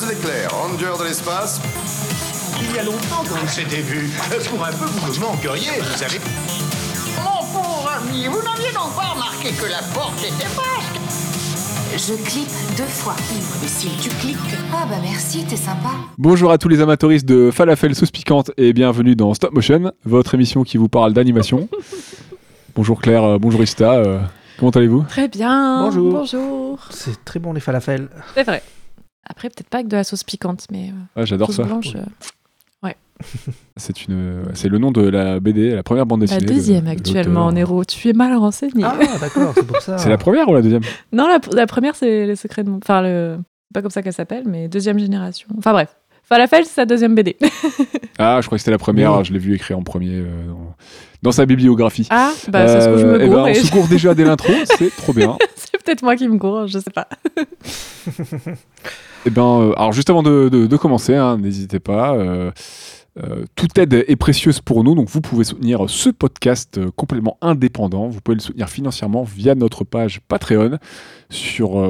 Leclerc, ranger de l'espace. Il y a longtemps qu'on s'était vu. Pour un peu, vous me manqueriez, vous savez. Mon pauvre ami, vous n'aviez donc pas remarqué que la porte était basque? Je clique 2 fois. Mais si tu cliques... Ah bah merci, t'es sympa. Bonjour à tous les amateuristes de falafel sauce piquante et bienvenue dans Stop Motion, votre émission qui vous parle d'animation. Bonjour Claire, bonjour Ista, comment allez-vous ? Très bien. Bonjour. C'est très bon les falafels. C'est vrai. Après, peut-être pas avec de la sauce piquante, mais j'adore sauce ça. Blanche, ouais. C'est le nom de la BD, la première bande dessinée. La deuxième actuellement en héros. Tu es mal renseigné. Ah d'accord, c'est pour ça. C'est la première ou la deuxième ? Non, la première c'est les secrets de mon... Enfin, c'est pas comme ça qu'elle s'appelle, mais deuxième génération. Enfin bref. Falafel, c'est sa deuxième BD. Ah, je crois que c'était la première, je l'ai vu écrit en premier dans sa bibliographie. Ah, bah c'est ce que je me gourre. On se gourre déjà dès l'intro, c'est trop bien. C'est peut-être moi qui me gourre, je sais pas. Alors juste avant de commencer, n'hésitez pas, toute aide est précieuse pour nous, donc vous pouvez soutenir ce podcast complètement indépendant. Vous pouvez le soutenir financièrement via notre page Patreon sur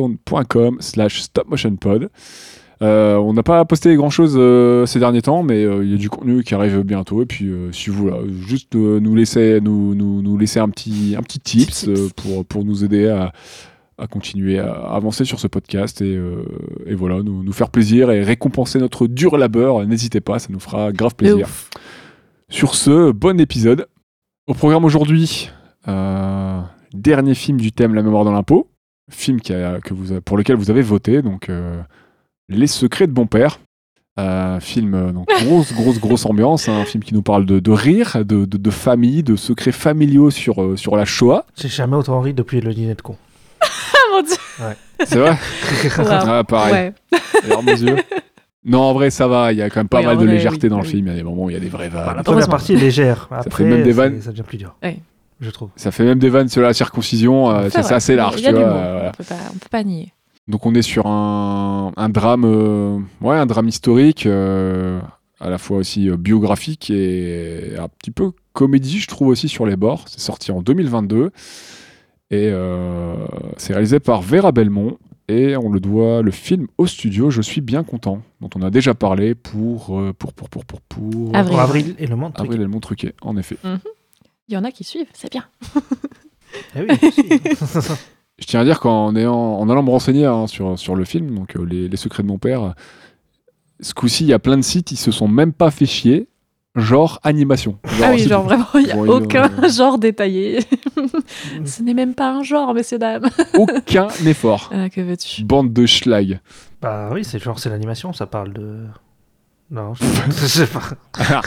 patreon.com/stopmotionpod. On n'a pas posté grand chose ces derniers temps, mais il y a du contenu qui arrive bientôt. Et puis, si vous voulez juste nous laisser un petit tips pour nous aider à continuer à avancer sur ce podcast et voilà, nous faire plaisir et récompenser notre dur labeur, n'hésitez pas, ça nous fera grave plaisir. Sur ce, bon épisode. Au programme aujourd'hui, dernier film du thème La mémoire dans l'impôt, film pour lequel vous avez voté, donc Les secrets de bon père. Film, donc grosse ambiance, un film qui nous parle de rire, de famille, de secrets familiaux sur la Shoah. J'ai jamais autant ri depuis le dîner de con. Ah mon Dieu. Ouais. C'est vrai. Wow. Ah, pareil. Ouais. Alors, mes yeux. Non, en vrai, ça va. Il y a quand même pas mal de légèreté dans le film. Il y a des moments où il y a des vraies vannes. La première partie est légère. Après, ça fait même des vannes. Ça devient plus dur. Ouais. Je trouve. Ça fait même des vannes sur la circoncision. C'est assez large. Il y a tu vois, voilà. On peut pas nier. Donc, on est sur un drame, un drame historique, à la fois aussi biographique et un petit peu comédie, je trouve aussi sur les bords. C'est sorti en 2022. Et c'est réalisé par Vera Belmont et on le doit le film au studio Je suis bien content, dont on a déjà parlé pour Avril et le monde truqué. Avril et le monde truqué, en effet. Mm-hmm. Il y en a qui suivent, c'est bien. Eh oui, je tiens à dire qu'en allant me renseigner sur le film, donc les secrets de mon père, ce coup-ci, il y a plein de sites, ils se sont même pas fait chier. Genre animation. Genre vraiment, il n'y a aucun genre détaillé. Ce n'est même pas un genre, messieurs, dames. Aucun effort. Que veux-tu ? Bande de schlag. Bah oui, c'est l'animation, ça parle de... Non, je sais pas.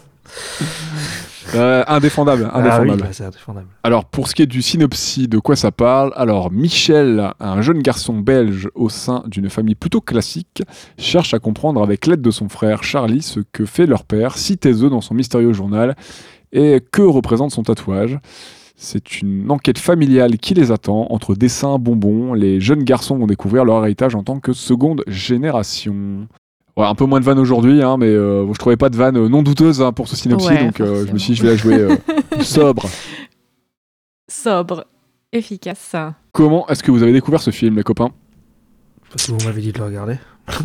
Indéfendable. Ah oui, bah, c'est indéfendable. Alors, pour ce qui est du synopsis, de quoi ça parle ? Alors, Michel, un jeune garçon belge au sein d'une famille plutôt classique, cherche à comprendre avec l'aide de son frère Charlie ce que fait leur père, si taiseux dans son mystérieux journal, et que représente son tatouage. C'est une enquête familiale qui les attend. Entre dessins, bonbons, les jeunes garçons vont découvrir leur héritage en tant que seconde génération. Ouais, un peu moins de vannes aujourd'hui, mais je trouvais pas de vannes non douteuses pour ce synopsis, donc je me suis dit je vais la jouer sobre. Sobre, efficace. Comment est-ce que vous avez découvert ce film, les copains ? Parce que vous m'avez dit de le regarder.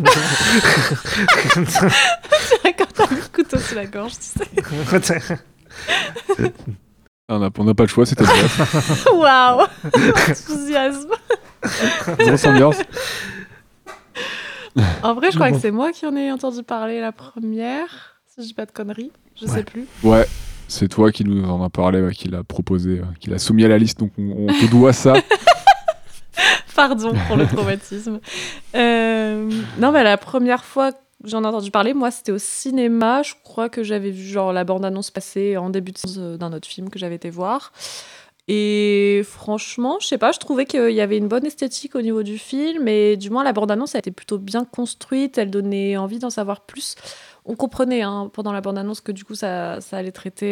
Quand t'as mis le couteau sous la gorge, tu sais. On n'a pas le choix, c'était le Waouh, enthousiasme. grosse ambiance. En vrai, je crois que c'est moi qui en ai entendu parler la première, si je dis pas de conneries, je sais plus. Ouais, c'est toi qui nous en a parlé, qui l'a proposé, qui l'a soumis à la liste, donc on te doit ça. Pardon pour le traumatisme. Non, mais la première fois que j'en ai entendu parler, moi, c'était au cinéma. Je crois que j'avais vu la bande-annonce passer en début de séance d'un autre film que j'avais été voir. Et franchement, je sais pas, je trouvais qu'il y avait une bonne esthétique au niveau du film, et du moins la bande-annonce a été plutôt bien construite, elle donnait envie d'en savoir plus. On comprenait pendant la bande-annonce que du coup ça allait traiter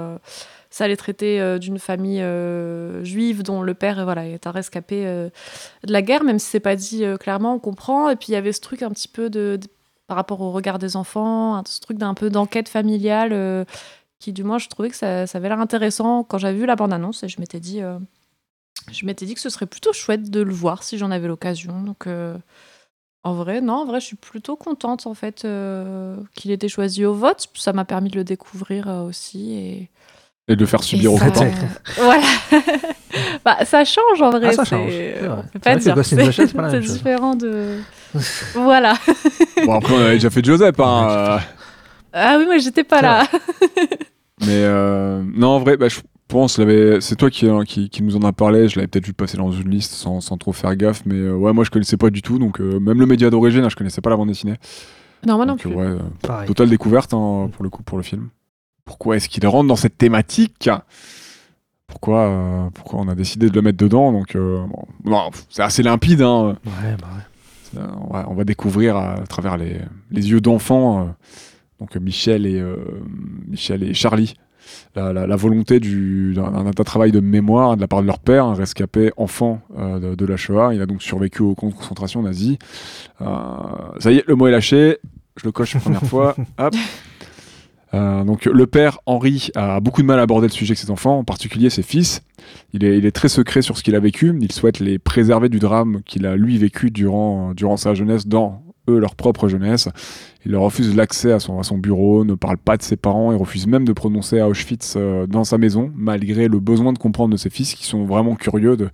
d'une famille juive dont le père est un rescapé de la guerre, même si c'est pas dit clairement, on comprend. Et puis il y avait ce truc un petit peu par rapport au regard des enfants, ce truc d'un peu d'enquête familiale qui, du moins, je trouvais que ça avait l'air intéressant quand j'avais vu la bande-annonce, et je m'étais dit que ce serait plutôt chouette de le voir si j'en avais l'occasion. Donc En vrai, non, en vrai, je suis plutôt contente en fait qu'il ait été choisi au vote. Ça m'a permis de le découvrir aussi Et de le faire subir et aux ça, copains. voilà. Bah, ça change en vrai. Ah, ça change, c'est vrai. On peut C'est pas vrai que dire. Ghost in the Shell, c'est pas la C'est même chose. différent de. Voilà. Bon, après, on avait déjà fait Joseph, hein. Ah oui, moi j'étais pas C'est là. Mais non, en vrai, je pense, c'est toi qui nous en a parlé. Je l'avais peut-être vu passer dans une liste sans trop faire gaffe. Mais ouais, moi je connaissais pas du tout. Donc même le média d'origine, hein, je connaissais pas la bande dessinée. Non, moi non Donc plus. ouais, Pareil. totale découverte pour le coup, pour le film. Pourquoi est-ce qu'il rentre dans cette thématique ? Pourquoi on a décidé de le mettre dedans ? Donc bon, c'est assez limpide. Hein. Ouais, bah ouais. On va découvrir à travers les yeux d'enfants, donc Michel et Charlie, la volonté d'un travail de mémoire de la part de leur père, un rescapé enfant de la Shoah. Il a donc survécu aux camps de concentration nazis. Ça y est, le mot est lâché. Je le coche la première fois. Hop. Donc le père Henri a beaucoup de mal à aborder le sujet avec ses enfants, en particulier ses fils. Il est très secret sur ce qu'il a vécu. Il souhaite les préserver du drame qu'il a lui vécu durant sa jeunesse, dans leur propre jeunesse. Il leur refuse l'accès à son bureau, ne parle pas de ses parents et refuse même de prononcer à Auschwitz dans sa maison, malgré le besoin de comprendre de ses fils qui sont vraiment curieux de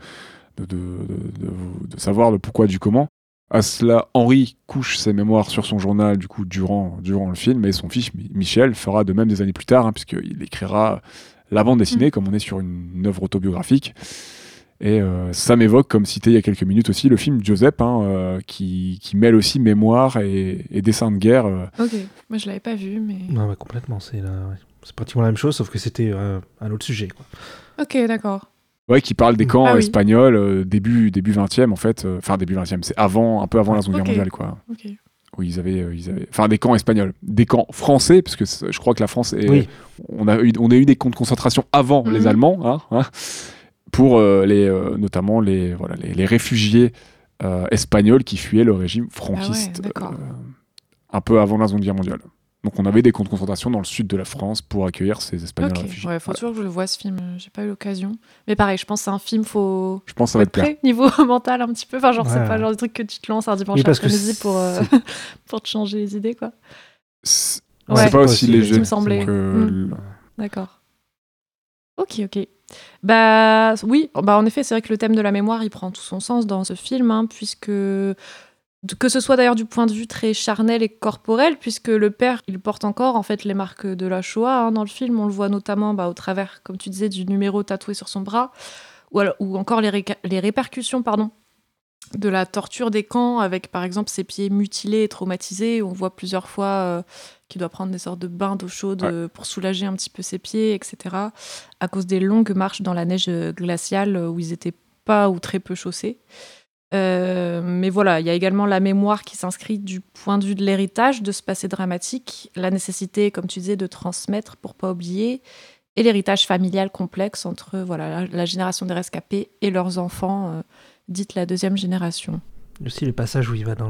savoir le pourquoi du comment. À cela, Henri couche ses mémoires sur son journal du coup durant le film, et son fils Michel fera de même des années plus tard, puisqu'il écrira la bande dessinée, comme on est sur une œuvre autobiographique. Et ça m'évoque, comme cité il y a quelques minutes aussi, le film Joseph, qui mêle aussi mémoire et dessin de guerre. Ok, moi je l'avais pas vu, mais. Ouais, ouais, complètement. C'est pratiquement la même chose, sauf que c'était un autre sujet, quoi. Ok, d'accord. Ouais, qui parle des camps Ah oui. espagnols, début 20e en fait. Enfin, début 20e, c'est un peu avant la Seconde Guerre mondiale, quoi. Ok. Où ils avaient. Enfin, des camps espagnols. Des camps français, parce que je crois que la France est. Oui. On a eu des camps de concentration avant les Allemands, pour notamment les réfugiés espagnols qui fuyaient le régime franquiste, d'accord. un peu avant la Seconde Guerre mondiale. Donc on avait des camps de concentration dans le sud de la France pour accueillir ces Espagnols Ok, réfugiés. ouais, faut Voilà. toujours que je le voie ce film, j'ai pas eu l'occasion. Mais pareil, je pense que c'est un film, faut Je pense que ça va être te plaire. prêt niveau mental un petit peu. Enfin, genre, c'est Ouais. pas le genre de truc que tu te lances un dimanche Oui, parce que après-midi pour, c'est- pour te changer les idées, quoi. C'est Ouais, pas aussi c'est léger. ce qui me semblait. donc, D'accord. Ok. Bah oui, bah en effet, c'est vrai que le thème de la mémoire, il prend tout son sens dans ce film, puisque que ce soit d'ailleurs du point de vue très charnel et corporel, puisque le père, il porte encore en fait les marques de la Shoah dans le film. On le voit notamment au travers, comme tu disais, du numéro tatoué sur son bras, ou encore les répercussions, de la torture des camps, avec par exemple ses pieds mutilés et traumatisés. On voit plusieurs fois qu'il doit prendre des sortes de bains d'eau chaude pour soulager un petit peu ses pieds, etc. À cause des longues marches dans la neige glaciale où ils étaient pas ou très peu chaussés. Mais voilà, il y a également la mémoire qui s'inscrit du point de vue de l'héritage de ce passé dramatique, la nécessité, comme tu disais, de transmettre pour pas oublier, et l'héritage familial complexe entre la génération des rescapés et leurs enfants, dite la deuxième génération. Aussi le passage où il va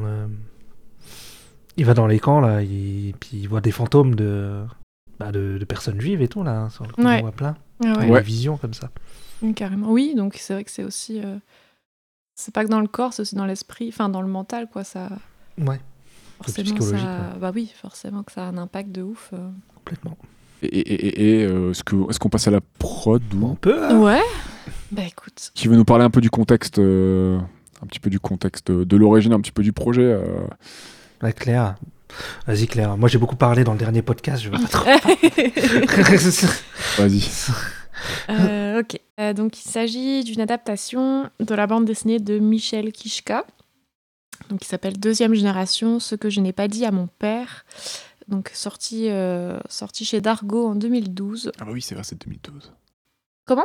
dans les camps là, puis il voit des fantômes de personnes juives et tout là, sur le coup, Ouais. on voit plein. Ouais. Des visions comme ça. Carrément. Oui, donc c'est vrai que c'est aussi... c'est pas que dans le corps, c'est aussi dans l'esprit, enfin dans le mental, quoi. Ça, Ouais, forcément, psychologique, ça... ouais. Bah oui, forcément que ça a un impact de ouf. complètement. Et est-ce qu'on passe à la prod ou... Bon, on peut. Ouais. Bah écoute. Qui veut nous parler un peu du contexte, un petit peu du contexte de l'origine, un petit peu du projet Ouais, Claire. Vas-y Claire. Moi j'ai beaucoup parlé dans le dernier podcast, je vais pas trop. Vas-y. Ok. Donc il s'agit d'une adaptation de la bande dessinée de Michel Kiszka, donc qui s'appelle Deuxième génération, ce que je n'ai pas dit à mon père. Donc sorti chez Dargaud en 2012. Ah bah oui, c'est vrai, c'est 2012. Comment ?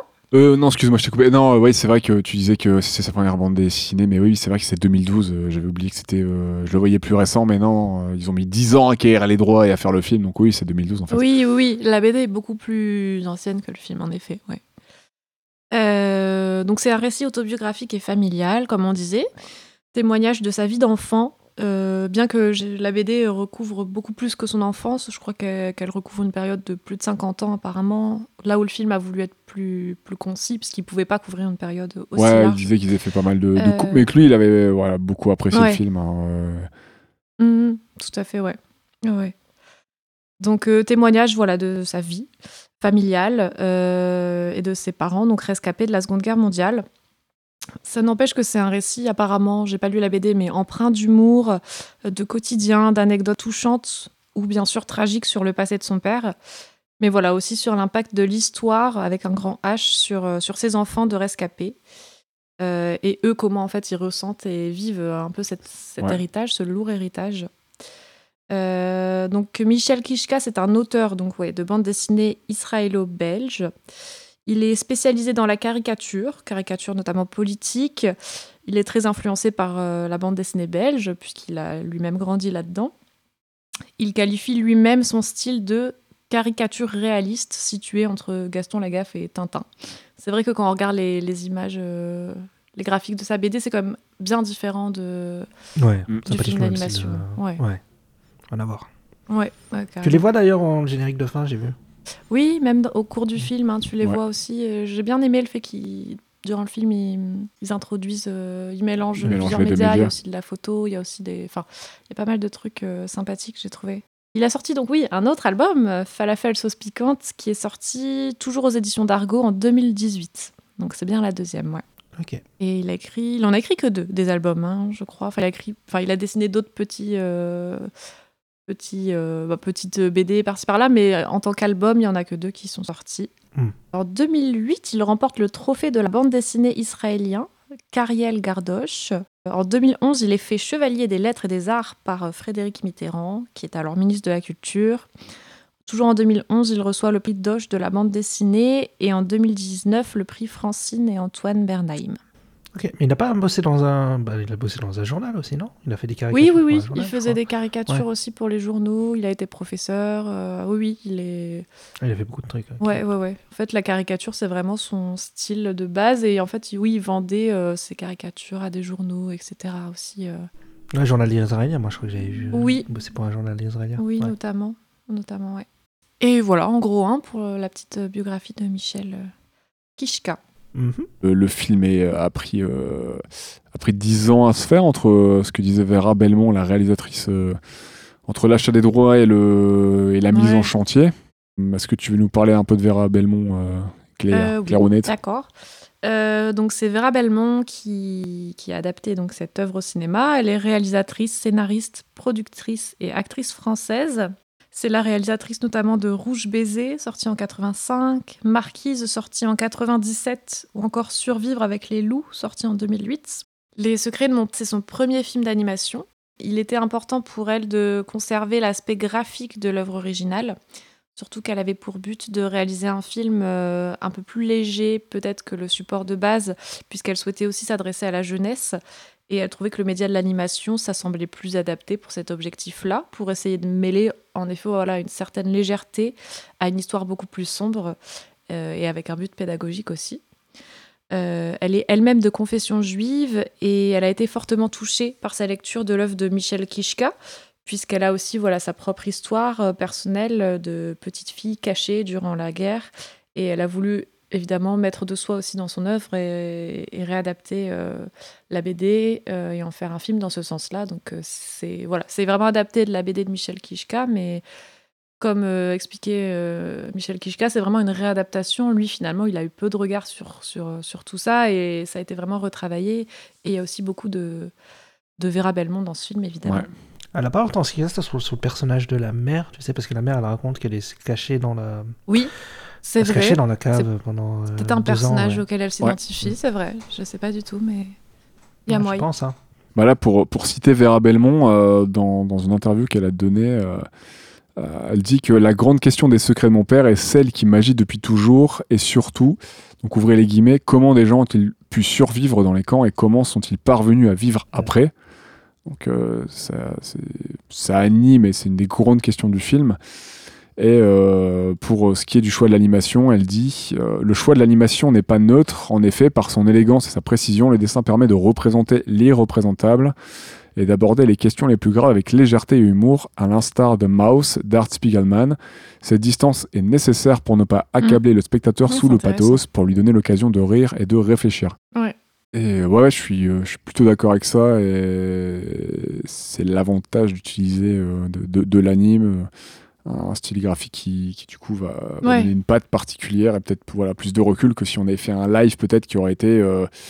Non, excuse-moi, je t'ai coupé. Non, ouais, c'est vrai que tu disais que c'est sa première bande dessinée, mais oui, c'est vrai que c'est 2012. J'avais oublié que c'était... je le voyais plus récent, mais non, ils ont mis 10 ans à acquérir les droits et à faire le film, donc oui, c'est 2012 en fait. Oui, la BD est beaucoup plus ancienne que le film, en effet, ouais. Donc c'est un récit autobiographique et familial, comme on disait. Témoignage de sa vie d'enfant, Bien que la BD recouvre beaucoup plus que son enfance, je crois qu'elle recouvre une période de plus de 50 ans apparemment, là où le film a voulu être plus concis, parce qu'il ne pouvait pas couvrir une période aussi large. Il disait qu'ils avaient fait pas mal de coupes, mais que lui, il avait beaucoup apprécié le film. Tout à fait, ouais. Donc, témoignage de sa vie familiale et de ses parents, donc rescapés de la Seconde Guerre mondiale. Ça n'empêche que c'est un récit, apparemment, j'ai pas lu la BD, mais empreint d'humour, de quotidien, d'anecdotes touchantes ou bien sûr tragiques sur le passé de son père. Mais voilà, aussi sur l'impact de l'histoire, avec un grand H, sur ses enfants de rescapés. Et eux, comment en fait ils ressentent et vivent un peu cet héritage, ce lourd héritage. Donc Michel Kishka, c'est un auteur de bande dessinée israélo-belge. Il est spécialisé dans la caricature notamment politique. Il est très influencé par la bande dessinée belge, puisqu'il a lui-même grandi là-dedans. Il qualifie lui-même son style de caricature réaliste, située entre Gaston Lagaffe et Tintin. C'est vrai que quand on regarde les images, les graphiques de sa BD, c'est quand même bien différent du film d'animation. Rien à voir. Tu les vois d'ailleurs en générique de fin, j'ai vu. Oui, même au cours du film, tu les vois aussi. J'ai bien aimé le fait qu'ils, durant le film, ils introduisent, ils mélangent plusieurs médias. Il y a aussi de la photo, il y a aussi il y a pas mal de trucs sympathiques, j'ai trouvé. Il a sorti un autre album, Falafel Sauce Piquante, qui est sorti toujours aux éditions d'Argo en 2018. Donc c'est bien la deuxième, Ok. Et il en a écrit que 2 des albums, je crois. Il a dessiné d'autres petites BD par-ci par-là, mais en tant qu'album, il n'y en a que 2 qui sont sortis. En 2008, il remporte le trophée de la bande dessinée israélien, Cariel Gardoche. En 2011, il est fait chevalier des lettres et des arts par Frédéric Mitterrand, qui est alors ministre de la Culture. Toujours en 2011, il reçoit le prix Doche de la bande dessinée, et en 2019, le prix Francine et Antoine Bernheim. Ok, mais il n'a pas bossé dans un... il a bossé dans un journal aussi, non? Il a fait des caricatures Oui, pour un journal, il faisait des caricatures aussi pour les journaux, il a été professeur, il a fait beaucoup de trucs. Okay. Ouais. En fait, la caricature, c'est vraiment son style de base, et en fait, il vendait ses caricatures à des journaux, etc. aussi. Un journal israélien, moi je crois que j'avais vu. Oui. Bosser pour un journal israélien. Oui, notamment, ouais. Et voilà, en gros, pour la petite biographie de Michel Kishka. Le film a pris 10 ans à se faire entre ce que disait Vera Belmont, la réalisatrice, entre l'achat des droits et la mise en chantier. Est-ce que tu veux nous parler un peu de Vera Belmont, Claire Honnête? D'accord. Donc c'est Vera Belmont qui a adapté cette œuvre au cinéma. Elle est réalisatrice, scénariste, productrice et actrice française. C'est la réalisatrice notamment de Rouge Baiser, sorti en 85, Marquise, sorti en 97, ou encore Survivre avec les loups, sorti en 2008. Les Secrets de mon... c'est son premier film d'animation. Il était important pour elle de conserver l'aspect graphique de l'œuvre originale, surtout qu'elle avait pour but de réaliser un film un peu plus léger, peut-être que le support de base, puisqu'elle souhaitait aussi s'adresser à la jeunesse. Et elle trouvait que le média de l'animation, ça semblait plus adapté pour cet objectif-là, pour essayer de mêler, en effet, une certaine légèreté à une histoire beaucoup plus sombre, et avec un but pédagogique aussi. Elle est elle-même de confession juive, et elle a été fortement touchée par sa lecture de l'œuvre de Michel Kishka, puisqu'elle a aussi sa propre histoire personnelle de petite fille cachée durant la guerre, et elle a voulu évidemment mettre de soi aussi dans son œuvre et réadapter la BD et en faire un film dans ce sens-là. Donc c'est vraiment adapté de la BD de Michel Kishka, mais comme expliquait Michel Kishka, c'est vraiment une réadaptation. Lui, finalement, il a eu peu de regard sur tout ça, et ça a été vraiment retravaillé. Et il y a aussi beaucoup de Vera Belmont dans ce film, évidemment. Ouais. Elle n'a pas autant ce qui reste sur le personnage de la mère, tu sais, parce que la mère, elle raconte qu'elle est cachée dans la... Oui, c'est vrai. Cachée dans la cave pendant peut-être un personnage auquel elle Ouais. s'identifie, c'est vrai. Je sais pas du tout, mais il y a moyen. Je pense, Là, pour citer Vera Belmont, dans une interview qu'elle a donnée, elle dit que la grande question des secrets de mon père est celle qui m'agite depuis toujours, et surtout, donc ouvrez les guillemets, comment des gens ont-ils pu survivre dans les camps et comment sont-ils parvenus à vivre après? Donc ça anime, et c'est une des grandes questions du film. Et pour ce qui est du choix de l'animation, elle dit le choix de l'animation n'est pas neutre. En effet, par son élégance et sa précision, le dessin permet de représenter l'irreprésentable. et d'aborder les questions les plus graves avec légèreté et humour, à l'instar de Maus d'Art Spiegelman. Cette distance est nécessaire pour ne pas accabler le spectateur Ouais, sous c'est le intéressant. pathos, pour lui donner l'occasion de rire et de réfléchir. Ouais. Et ouais, je suis plutôt d'accord avec ça, et c'est l'avantage d'utiliser de l'anime, un style graphique qui du coup va Ouais. donner une patte particulière et peut-être voilà, plus de recul que si on avait fait un live peut-être qui aurait été...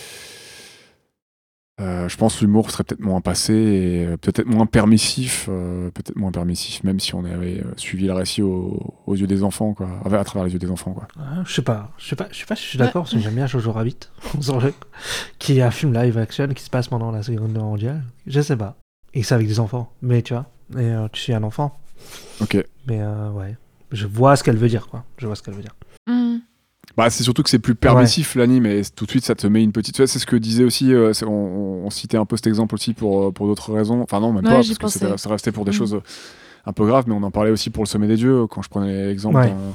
je pense que l'humour serait peut-être moins passé et peut-être moins permissif, même si on avait suivi le récit aux yeux des enfants, quoi, enfin, à travers les yeux des enfants, quoi. Je sais pas si je suis d'accord, parce que j'aime bien Jojo Rabbit, qui est un film live action qui se passe pendant la Seconde Guerre mondiale. Je sais pas. Et c'est avec des enfants, mais tu vois, et tu suis un enfant. Ok. Mais ouais, je vois ce qu'elle veut dire, quoi. Je vois ce qu'elle veut dire. Bah, c'est surtout que c'est plus permissif l'anime, et tout de suite ça te met une petite. Tu vois, c'est ce que disait aussi. On citait un peu cet exemple aussi pour d'autres raisons. Enfin non, même pas, j'y parce que pensais. ça restait pour des choses un peu graves, mais on en parlait aussi pour le Sommet des Dieux quand je prenais l'exemple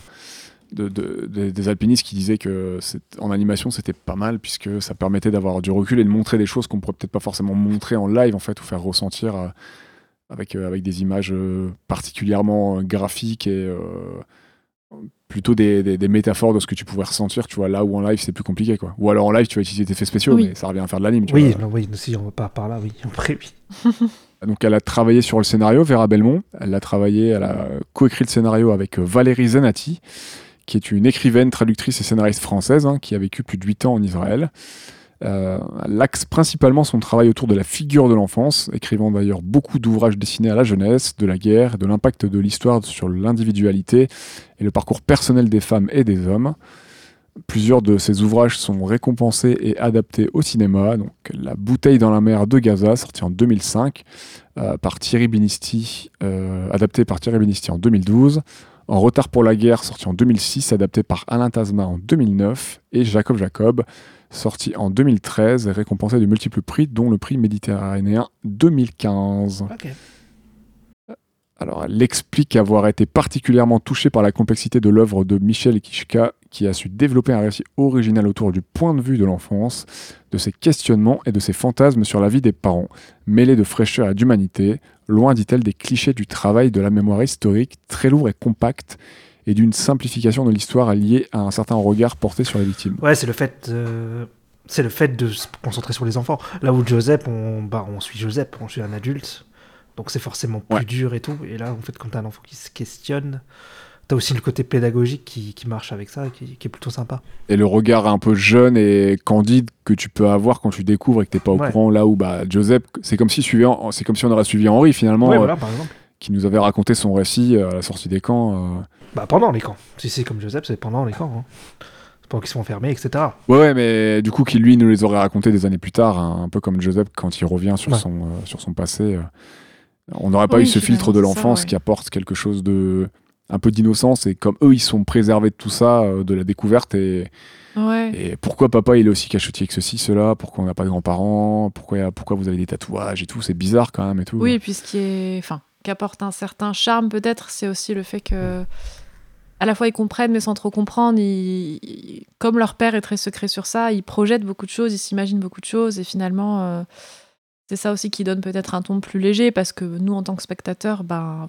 des alpinistes qui disaient que en animation c'était pas mal puisque ça permettait d'avoir du recul et de montrer des choses qu'on pourrait peut-être pas forcément montrer en live en fait, ou faire ressentir avec des images particulièrement graphiques et plutôt des métaphores de ce que tu pouvais ressentir, tu vois, là où en live c'est plus compliqué, quoi. Ou alors en live tu vas utiliser des effets spéciaux, Oui. mais ça revient à faire de l'anime, tu Oui, vois. non, oui, si on va pas par là, oui, après, oui. Donc elle a travaillé sur le scénario, Vera Belmont. Elle a coécrit le scénario avec Valérie Zenati, qui est une écrivaine, traductrice et scénariste française, qui a vécu plus de 8 ans en Israël. Elle axe principalement son travail autour de la figure de l'enfance, écrivant d'ailleurs beaucoup d'ouvrages destinés à la jeunesse, de la guerre, de l'impact de l'histoire sur l'individualité et le parcours personnel des femmes et des hommes. Plusieurs de ses ouvrages sont récompensés et adaptés au cinéma, donc La bouteille dans la mer de Gaza, sorti en 2005, par Thierry Binisti, adapté par Thierry Binisti en 2012, En retard pour la guerre, sorti en 2006, adapté par Alain Tasma en 2009, et Jacob, sorti en 2013 et récompensé de multiples prix, dont le prix méditerranéen 2015. Ok. Alors, elle explique avoir été particulièrement touchée par la complexité de l'œuvre de Michel Kishka, qui a su développer un récit original autour du point de vue de l'enfance, de ses questionnements et de ses fantasmes sur la vie des parents, mêlés de fraîcheur et d'humanité, loin, dit-elle, des clichés du travail de la mémoire historique, très lourd et compact, et d'une simplification de l'histoire liée à un certain regard porté sur les victimes. Ouais, c'est le fait de se concentrer sur les enfants. Là où Joseph, on suit Joseph, on suit un adulte, donc c'est forcément plus dur et tout. Et là, en fait, quand t'as un enfant qui se questionne, t'as aussi le côté pédagogique qui marche avec ça, qui est plutôt sympa. Et le regard un peu jeune et candide que tu peux avoir quand tu découvres et que t'es pas au courant, là où Joseph, c'est comme si on aurait suivi Henri finalement, voilà, par exemple. Qui nous avait raconté son récit à la sortie des camps. Pendant les camps. Si c'est comme Joseph, c'est pendant les camps. C'est pendant qu'ils sont enfermés, etc. Ouais, mais du coup, qui lui nous les aurait racontés des années plus tard, un peu comme Joseph quand il revient sur son passé. On n'aurait pas eu ce filtre de l'enfance qui apporte quelque chose de un peu d'innocence, et comme eux ils sont préservés de tout ça, de la découverte, et pourquoi papa il est aussi cachotier que ceci, cela, pourquoi on n'a pas de grands-parents, pourquoi vous avez des tatouages et tout, c'est bizarre quand même et tout. Oui, et puis ce qui apporte un certain charme peut-être, c'est aussi le fait que à la fois ils comprennent mais sans trop comprendre, comme leur père est très secret sur ça, ils projettent beaucoup de choses, ils s'imaginent beaucoup de choses, et finalement c'est ça aussi qui donne peut-être un ton plus léger, parce que nous en tant que spectateurs,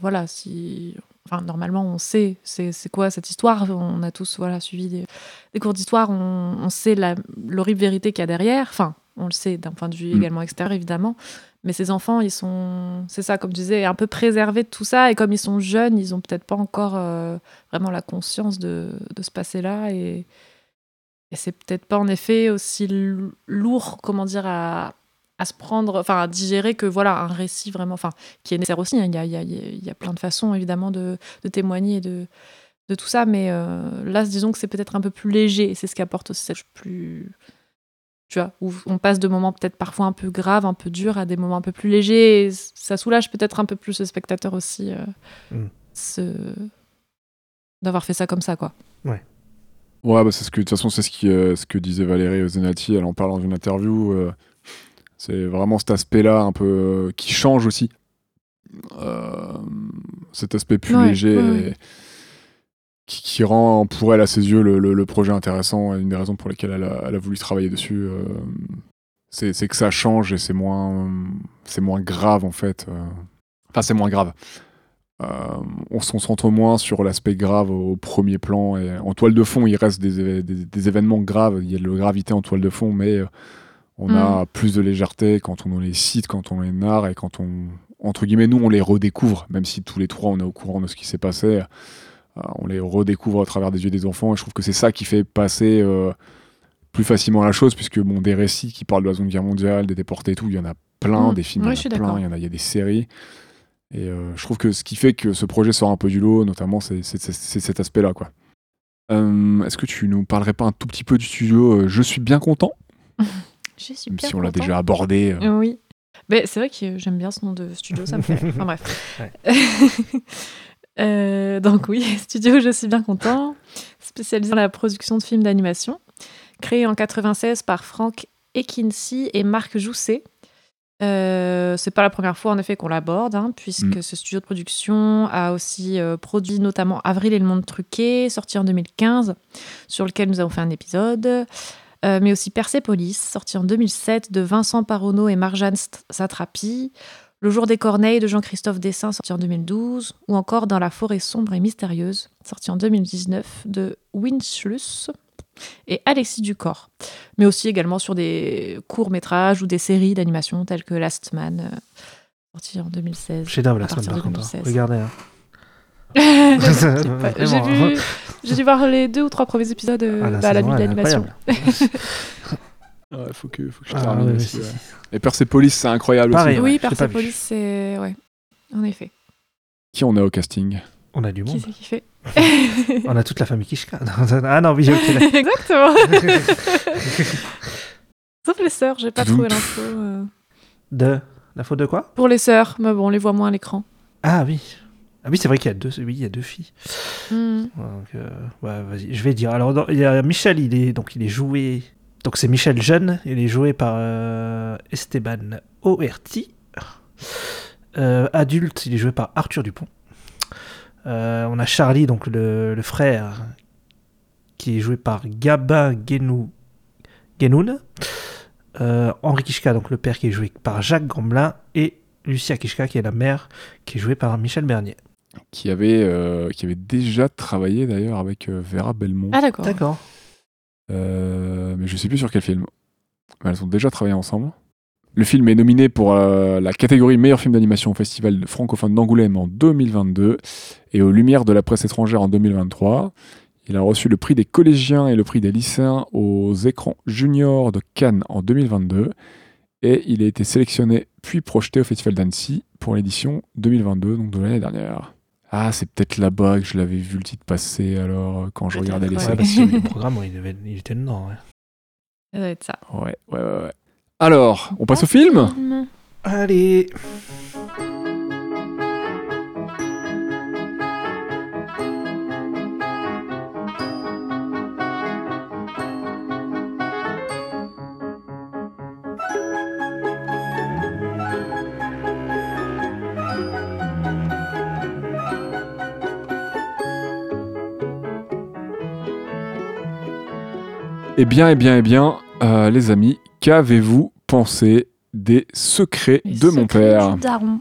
normalement on sait c'est quoi cette histoire, on a tous suivi des cours d'histoire, on sait l'horrible vérité qu'il y a derrière, on le sait d'un point de vue également extérieur évidemment, mais ces enfants ils sont, c'est ça comme je disais, un peu préservés de tout ça, et comme ils sont jeunes, ils ont peut-être pas encore vraiment la conscience de ce passé-là, et c'est peut-être pas en effet aussi lourd, comment dire, à se prendre, à digérer que un récit vraiment, qui est nécessaire aussi. Il y a plein de façons évidemment de témoigner de tout ça, mais là, disons que c'est peut-être un peu plus léger. C'est ce qui apporte aussi cette plus, tu vois, où on passe de moments peut-être parfois un peu graves, un peu durs, à des moments un peu plus légers. Et ça soulage peut-être un peu plus le spectateur aussi, d'avoir fait ça comme ça, quoi. Ouais. Ouais, de toute façon, c'est ce que disait Valérie Zenati. Elle en parle dans une interview. C'est vraiment cet aspect-là un peu qui change aussi. Cet aspect plus léger, et qui rend pour elle, à ses yeux, le projet intéressant, et une des raisons pour lesquelles elle a voulu travailler dessus. c'est que ça change et c'est moins grave en fait. Enfin, c'est moins grave. On se concentre moins sur l'aspect grave au premier plan. Et en toile de fond, il reste des événements graves. Il y a de la gravité en toile de fond, mais on a plus de légèreté quand on les cite, quand on les narre et quand entre guillemets, nous, on les redécouvre. Même si tous les trois, on est au courant de ce qui s'est passé, on les redécouvre à travers des yeux des enfants. Et je trouve que c'est ça qui fait passer plus facilement la chose, puisque des récits qui parlent de la Seconde Guerre mondiale, des déportés et tout, il y en a plein, des films, Ouais, il je suis y en a plein, d'accord. il y a des séries. Et je trouve que ce qui fait que ce projet sort un peu du lot, notamment, c'est cet aspect-là, quoi. Est-ce que tu nous parlerais pas un tout petit peu du studio Je suis bien content, Je suis même bien si on l'a content. déjà abordé. Oui. Mais c'est vrai que j'aime bien ce nom de studio, ça me fait rire. Enfin bref. Donc oui, studio Je suis bien content, spécialisé dans la production de films d'animation, créé en 96 par Frank Ekinci et Marc Jousset. C'est pas la première fois en effet qu'on l'aborde, puisque ce studio de production a aussi produit notamment Avril et le monde truqué, sorti en 2015, sur lequel nous avons fait un épisode, mais aussi Persepolis, sorti en 2007 de Vincent Paronneau et Marjane Satrapi, Le jour des corneilles de Jean-Christophe Dessin, sorti en 2012, ou encore Dans la forêt sombre et mystérieuse, sorti en 2019 de Winschluss et Alexis Ducor, mais aussi également sur des courts-métrages ou des séries d'animation telles que Last Man, sorti en 2016. Chef-d'œuvre, la à partir semaine de par contre. 2016. Regardez. J'ai dû voir les 2 ou 3 premiers épisodes à la nuit de l'animation. Ouais, faut que je Ah, termine ouais, aussi, si, ouais. si. Et Persepolis, c'est incroyable Pareil. aussi. Oui, je l'ai pas vu. Persepolis, c'est... Ouais, en effet. Qui on a au casting On a du Qui monde. c'est qui fait On a toute la famille Kishka. Ah non, oui, ok. là. Exactement. Sauf les sœurs, j'ai pas trouvé l'info. De la faute de quoi? Pour les sœurs, mais bon, on les voit moins à l'écran. Ah oui. Ah oui, c'est vrai qu'il y a deux. Oui, il y a 2 filles. Hmm. Donc, ouais, vas-y, je vais dire. Alors, il y a Michel, il est joué. Donc, c'est Michel Jeune, il est joué par Esteban Oerti. Adulte, il est joué par Arthur Dupont. On a Charlie, donc le frère, qui est joué par Gabin Guénoun. Henri Kishka, donc le père, qui est joué par Jacques Gamblin. Et Lucia Kishka, qui est la mère, qui est jouée par Michel Bernier. qui avait déjà travaillé d'ailleurs avec Vera Belmont. Ah d'accord. D'accord. Mais je sais plus sur quel film. Mais elles ont déjà travaillé ensemble. Le film est nominé pour la catégorie meilleur film d'animation au Festival francophone d'Angoulême en 2022 et aux Lumières de la presse étrangère en 2023. Il a reçu le prix des collégiens et le prix des lycéens aux écrans juniors de Cannes en 2022. Et il a été sélectionné puis projeté au Festival d'Annecy pour l'édition 2022, donc de l'année dernière. Ah, c'est peut-être là-bas que je l'avais vu le titre passer alors quand je regardais les ouais. Ouais, séries. parce que le programme, il était dedans. Ouais. Ça doit être ça. Ouais. Alors, on passe au film ? Allez. Eh bien, les amis, qu'avez-vous pensé des secrets Les de mon secrets père du daron.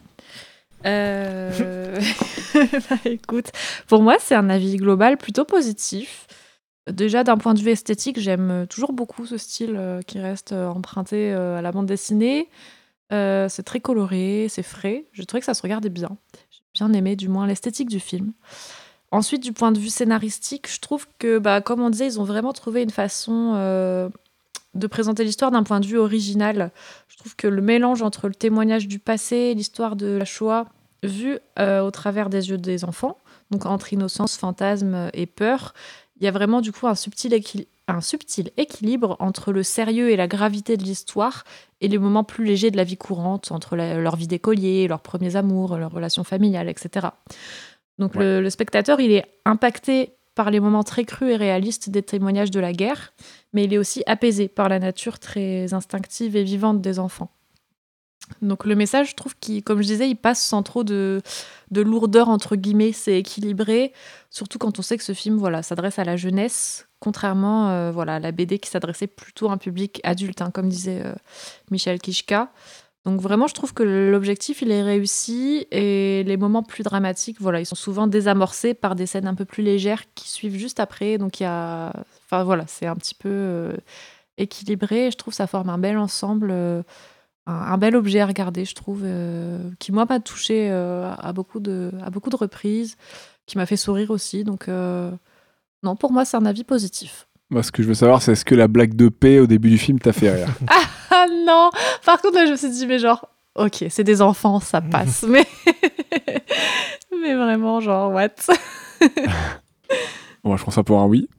Bah, écoute, pour moi, c'est un avis global plutôt positif. Déjà, d'un point de vue esthétique, j'aime toujours beaucoup ce style qui reste emprunté à la bande dessinée. C'est très coloré, c'est frais. Je trouvais que ça se regardait bien. J'ai bien aimé, du moins, l'esthétique du film. Ensuite, du point de vue scénaristique, je trouve que, comme on disait, ils ont vraiment trouvé une façon de présenter l'histoire d'un point de vue original. Je trouve que le mélange entre le témoignage du passé et l'histoire de la Shoah, vu au travers des yeux des enfants, donc entre innocence, fantasme et peur, il y a vraiment du coup un subtil équilibre entre le sérieux et la gravité de l'histoire et les moments plus légers de la vie courante, entre leur vie d'écolier, leurs premiers amours, leurs relations familiales, etc. Donc le spectateur, il est impacté par les moments très crus et réalistes des témoignages de la guerre, mais il est aussi apaisé par la nature très instinctive et vivante des enfants. Donc le message, je trouve qu'il, comme je disais, il passe sans trop de lourdeur, entre guillemets, c'est équilibré, surtout quand on sait que ce film s'adresse à la jeunesse, contrairement voilà, à la BD qui s'adressait plutôt à un public adulte, hein, comme disait Michel Kichka. Donc vraiment, je trouve que l'objectif, il est réussi et les moments plus dramatiques, voilà, ils sont souvent désamorcés par des scènes un peu plus légères qui suivent juste après. Donc enfin voilà, c'est un petit peu équilibré. Et je trouve que ça forme un bel ensemble, un bel objet à regarder, je trouve, qui moi m'a touché à beaucoup de reprises, qui m'a fait sourire aussi. Donc non, pour moi, c'est un avis positif. Moi, ce que je veux savoir, c'est est-ce que la blague de paix au début du film t'a fait rire? Ah non! Par contre, là, je me suis dit, mais genre, ok, c'est des enfants, ça passe. mais vraiment, genre, what? Bon, je prends ça pour un oui.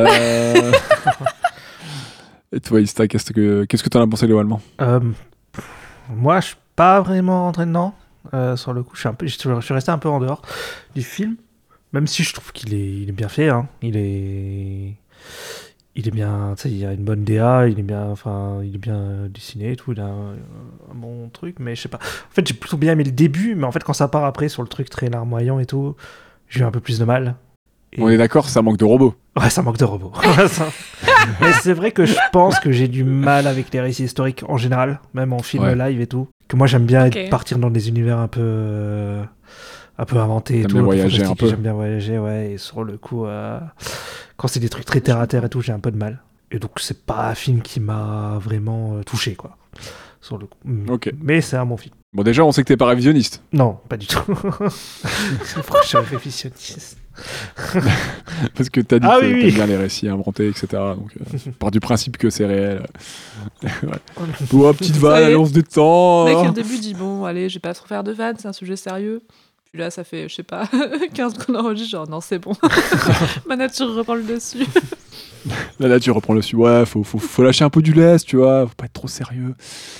Et toi, Ista, qu'est-ce que t'en as pensé globalement? Moi, je suis pas vraiment rentré dedans. Sur le coup, je suis resté un peu en dehors du film. Même si je trouve qu'il est bien fait. Hein. Il est bien, tu sais, il y a une bonne DA, il est bien dessiné et tout, il a un bon truc, mais je sais pas. En fait, j'ai plutôt bien aimé le début, mais en fait, quand ça part après sur le truc très larmoyant et tout, j'ai eu un peu plus de mal. Et... On est d'accord, ça manque de robots. Ouais, ça manque de robots. Mais c'est vrai que je pense que j'ai du mal avec les récits historiques en général, même en film live et tout. Que moi, j'aime bien partir dans des univers un peu inventés et tout. J'aime bien voyager un peu. J'aime bien voyager, ouais. Et sur le coup, quand c'est des trucs très terre à terre et tout, j'ai un peu de mal. Et donc, c'est pas un film qui m'a vraiment touché, quoi. Sur le coup. Ok. Mais c'est un bon film. Bon, déjà, on sait que t'es pas révisionniste. Non, pas du tout. Pourquoi je suis révisionniste? Parce que t'as dit que oui. t'aimes bien les récits inventés, etc. Donc, part du principe que c'est réel. Ouais, petite vanne, allez, on se détend. Le mec, au début, dit bon, allez, je vais pas trop faire de vannes, c'est un sujet sérieux. Puis là, ça fait, je sais pas, 15 qu'on enregistre, genre non, c'est bon. Ma nature reprend le dessus. La nature reprend le dessus. Ouais, faut lâcher un peu du lest, tu vois. Faut pas être trop sérieux.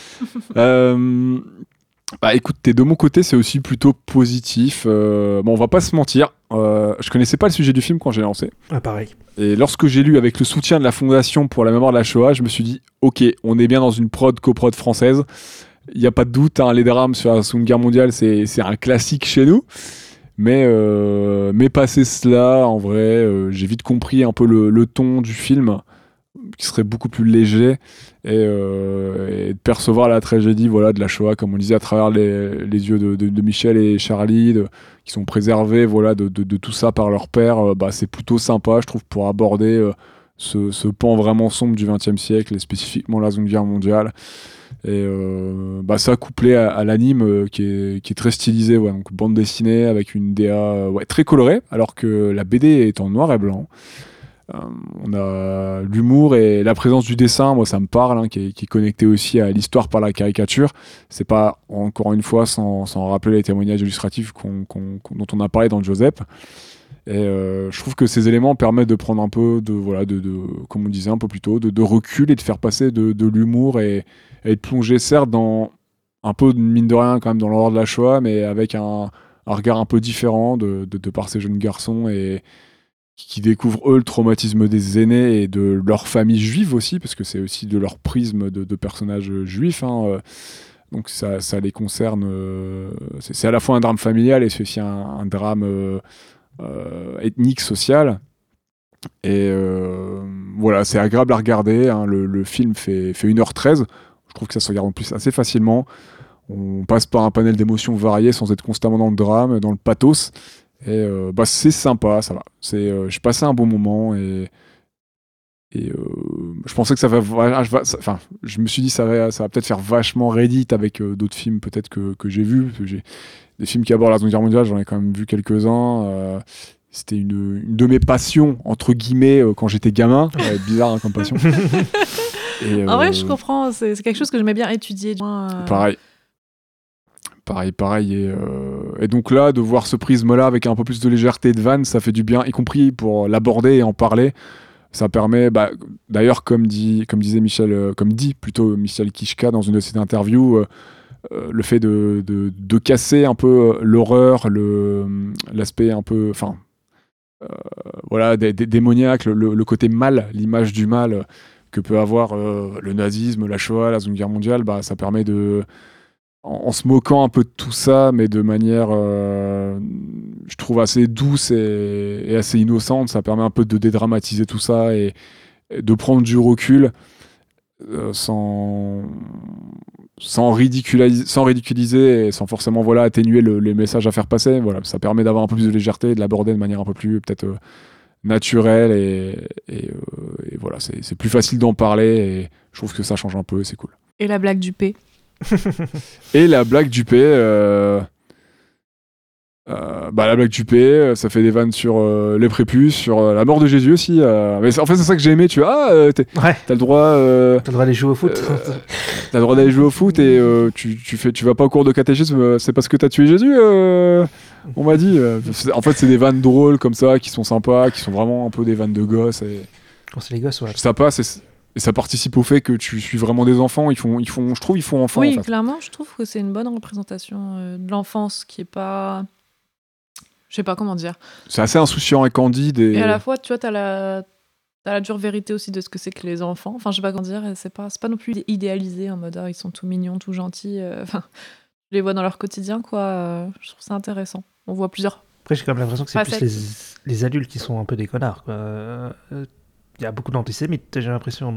Bah écoute, de mon côté, c'est aussi plutôt positif. Bon, on va pas se mentir. Je connaissais pas le sujet du film quand j'ai lancé. Ah, pareil. Et lorsque j'ai lu avec le soutien de la Fondation pour la mémoire de la Shoah, je me suis dit, ok, on est bien dans une coprod française. Il n'y a pas de doute, hein, les drames sur la Seconde Guerre mondiale, c'est un classique chez nous. Mais passé cela, en vrai, j'ai vite compris un peu le ton du film, qui serait beaucoup plus léger, et de percevoir la tragédie, voilà, de la Shoah, comme on disait, à travers les yeux de Michel et Charlie, qui sont préservés, voilà, de tout ça par leur père. Bah, c'est plutôt sympa, je trouve, pour aborder ce pan vraiment sombre du XXe siècle, et spécifiquement la Seconde Guerre mondiale. Et bah, ça couplé à l'anime qui est très stylisé, ouais, donc bande dessinée avec une DA très colorée, alors que la BD est en noir et blanc. On a l'humour et la présence du dessin, moi ça me parle, hein, qui est connecté aussi à l'histoire par la caricature. C'est pas, encore une fois, sans rappeler les témoignages illustratifs dont on a parlé dans Joseph. Et je trouve que ces éléments permettent de prendre un peu comme on disait un peu plus tôt, de recul et de faire passer de l'humour et de plonger certes dans un peu, mine de rien, quand même dans l'horreur de la Shoah, mais avec un regard un peu différent de par ces jeunes garçons et qui découvrent eux le traumatisme des aînés et de leur famille juive aussi, parce que c'est aussi de leur prisme de personnages juifs, hein. Donc ça les concerne. C'est à la fois un drame familial et c'est aussi un drame ethnique, social. Et voilà, c'est agréable à regarder, hein. Le film fait 1h13. Je trouve que ça se regarde en plus assez facilement. On passe par un panel d'émotions variées sans être constamment dans le drame, dans le pathos. Et bah, c'est sympa, ça va. J'ai passé un bon moment et je pensais que ça va. Enfin, je me suis dit ça va peut-être faire vachement Reddit avec d'autres films peut-être que j'ai vus. J'ai des films qui abordent la Seconde Guerre mondiale, j'en ai quand même vu quelques-uns. C'était une de mes passions entre guillemets quand j'étais gamin. Bizarre, hein, comme passion. Et, en vrai, je comprends. C'est quelque chose que j'aimais bien étudier. Pareil. Et donc là, de voir ce prisme-là avec un peu plus de légèreté et de vanne, ça fait du bien, y compris pour l'aborder et en parler. Ça permet, bah, d'ailleurs, comme dit plutôt Michel Kichka dans une de ses interviews, le fait de casser un peu l'horreur, l'aspect un peu, enfin, voilà, démoniaque, le côté mal, l'image du mal que peut avoir le nazisme, la Shoah, la Seconde Guerre mondiale, bah, ça permet de en se moquant un peu de tout ça, mais de manière, je trouve, assez douce et assez innocente. Ça permet un peu de dédramatiser tout ça et de prendre du recul sans ridiculiser et sans forcément atténuer les messages à faire passer. Voilà, ça permet d'avoir un peu plus de légèreté et de l'aborder de manière un peu plus peut-être naturelle et voilà, c'est plus facile d'en parler et je trouve que ça change un peu et c'est cool. Et la blague du P. Et la blague du P, la blague du P, ça fait des vannes sur les prépuces, sur la mort de Jésus aussi. Mais en fait, c'est ça que j'ai aimé. Tu vois, t'as le droit. T'as le droit d'aller jouer au foot. T'as le droit d'aller jouer au foot et tu vas pas au cours de catéchisme. C'est parce que t'as tué Jésus. On m'a dit. En fait, c'est des vannes drôles comme ça, qui sont sympas, qui sont vraiment un peu des vannes de gosses. Et Quand c'est les gosses, ouais. ça passe. Et ça participe au fait que tu suis vraiment des enfants. Je trouve, ils font enfant. Oui, en fait. clairement, je trouve que c'est une bonne représentation de l'enfance qui est pas. Je sais pas comment dire. C'est assez insouciant et candide. Et à la fois, tu vois, t'as la dure vérité aussi de ce que c'est que les enfants. Enfin, je sais pas comment dire. C'est pas non plus idéalisé en mode ils sont tout mignons, tout gentils. Enfin, je les vois dans leur quotidien, quoi. Je trouve ça intéressant. On voit plusieurs. Après, j'ai quand même l'impression que c'est facettes. plus les adultes qui sont un peu des connards, quoi. Il y a beaucoup d'antisémites, j'ai l'impression,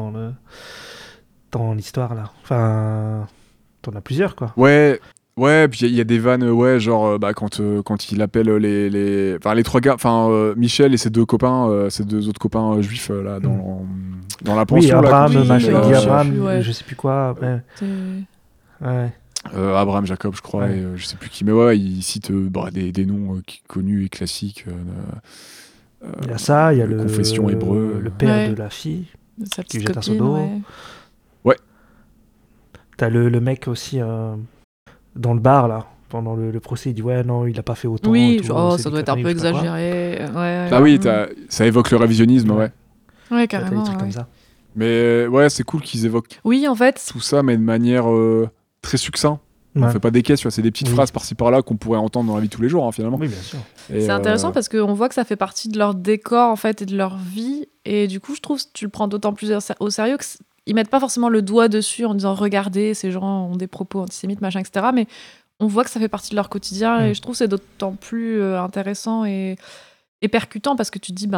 dans l'histoire, là. Enfin, t'en as plusieurs, quoi. Ouais, puis il y a des vannes, genre quand il appelle les trois gars, Michel et ses deux copains, ses deux autres copains juifs là dans la pension. Oui, Abraham, là, machin, je il dit sais Abraham, plus, ouais. je sais plus quoi. Ouais. Abraham, Jacob, je crois, Ouais. et je sais plus qui, mais ouais, il cite des noms connus et classiques. Il y a ça, il y a le Confession hébreu. le père Ouais. de la fille. Sa Qui petite jette un copine, seau d'eau. ouais. T'as le mec aussi dans le bar, là. Pendant le procès, il dit ouais, non, il a pas fait autant. Oui, et tout, genre, c'est ça des doit être un peu conneries, je sais pas quoi. exagéré. Ouais. Ah oui, ça évoque le révisionnisme, ouais. Ouais, T'as des carrément. trucs ouais. comme ça. Mais ouais, c'est cool qu'ils évoquent Oui, en fait, tout ça, mais de manière très succinct. On Ouais. fait pas des caisses, tu vois, c'est des petites Oui. phrases par-ci par-là qu'on pourrait entendre dans la vie de tous les jours, hein, finalement. Oui, bien sûr. Et, c'est intéressant parce qu'on voit que ça fait partie de leur décor en fait et de leur vie. Et du coup, je trouve que tu le prends d'autant plus au sérieux qu'ils mettent pas forcément le doigt dessus en disant regardez, ces gens ont des propos antisémites, machin, etc. Mais on voit que ça fait partie de leur quotidien et je trouve que c'est d'autant plus intéressant et percutant parce que tu te dis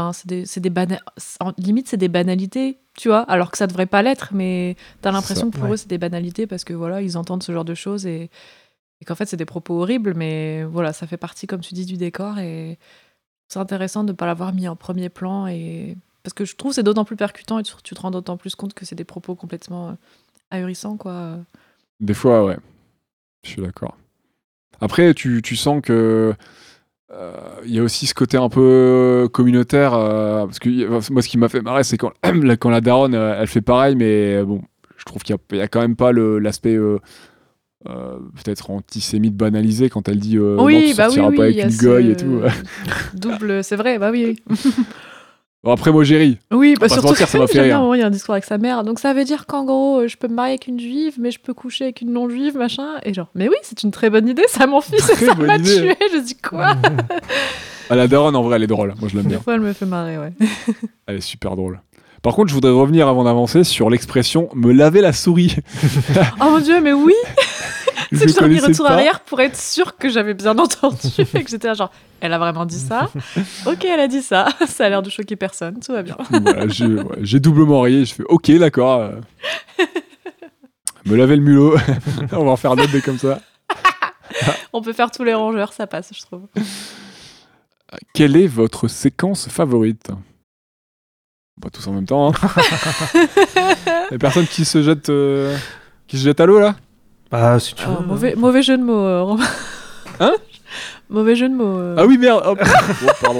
limite c'est des banalités, tu vois, alors que ça devrait pas l'être, mais t'as l'impression que pour ouais. eux c'est des banalités parce que voilà, ils entendent ce genre de choses et qu'en fait c'est des propos horribles, mais voilà, ça fait partie, comme tu dis, du décor et c'est intéressant de ne pas l'avoir mis en premier plan et parce que je trouve que c'est d'autant plus percutant et tu te rends d'autant plus compte que c'est des propos complètement ahurissants, quoi. Des fois, ouais. Je suis d'accord. Après, tu sens que il y a aussi ce côté un peu communautaire parce que moi ce qui m'a fait marrer c'est quand la daronne elle fait pareil, mais bon, je trouve qu'il y a quand même pas l'aspect peut-être antisémite banalisé quand elle dit non, tu sortiras pas avec il y a une goye et tout. double, c'est vrai, bah oui. Bon, après moi j'ai ri. Oui, On va pas se surtout mentir, ça m'a fait j'aime bien, rire. à un moment, il y a un discours avec sa mère. Donc ça veut dire qu'en gros, je peux me marier avec une juive, mais je peux coucher avec une non-juive, machin. Et genre, mais oui, c'est une très bonne idée, ça, mon fils, Très ça bonne m'a idée. tué. Je dis quoi? Ah, la daronne en vrai elle est drôle, moi je l'aime Des bien. fois, elle me fait marrer, ouais. Elle est super drôle. Par contre, je voudrais revenir avant d'avancer sur l'expression me laver la souris. Oh mon dieu, mais oui! Je C'est que j'ai remis connaissais retour pas. arrière pour être sûr que j'avais bien entendu et que j'étais là, genre, elle a vraiment dit ça? Ok, elle a dit ça. Ça a l'air de choquer personne, tout va bien. Voilà, j'ai doublement rayé, je fais ok, d'accord. Me laver le mulot. On va en faire d'autres des comme ça. On peut faire tous les rongeurs, ça passe, je trouve. Quelle est votre séquence favorite? Pas tous en même temps. Hein. Les personnes qui se jettent à l'eau là? Bah, si tu Oh, veux. mauvais jeu de mots, Romain. Hein? Mauvais jeu de mots. Ah oui, merde. Hop. Bon, pardon.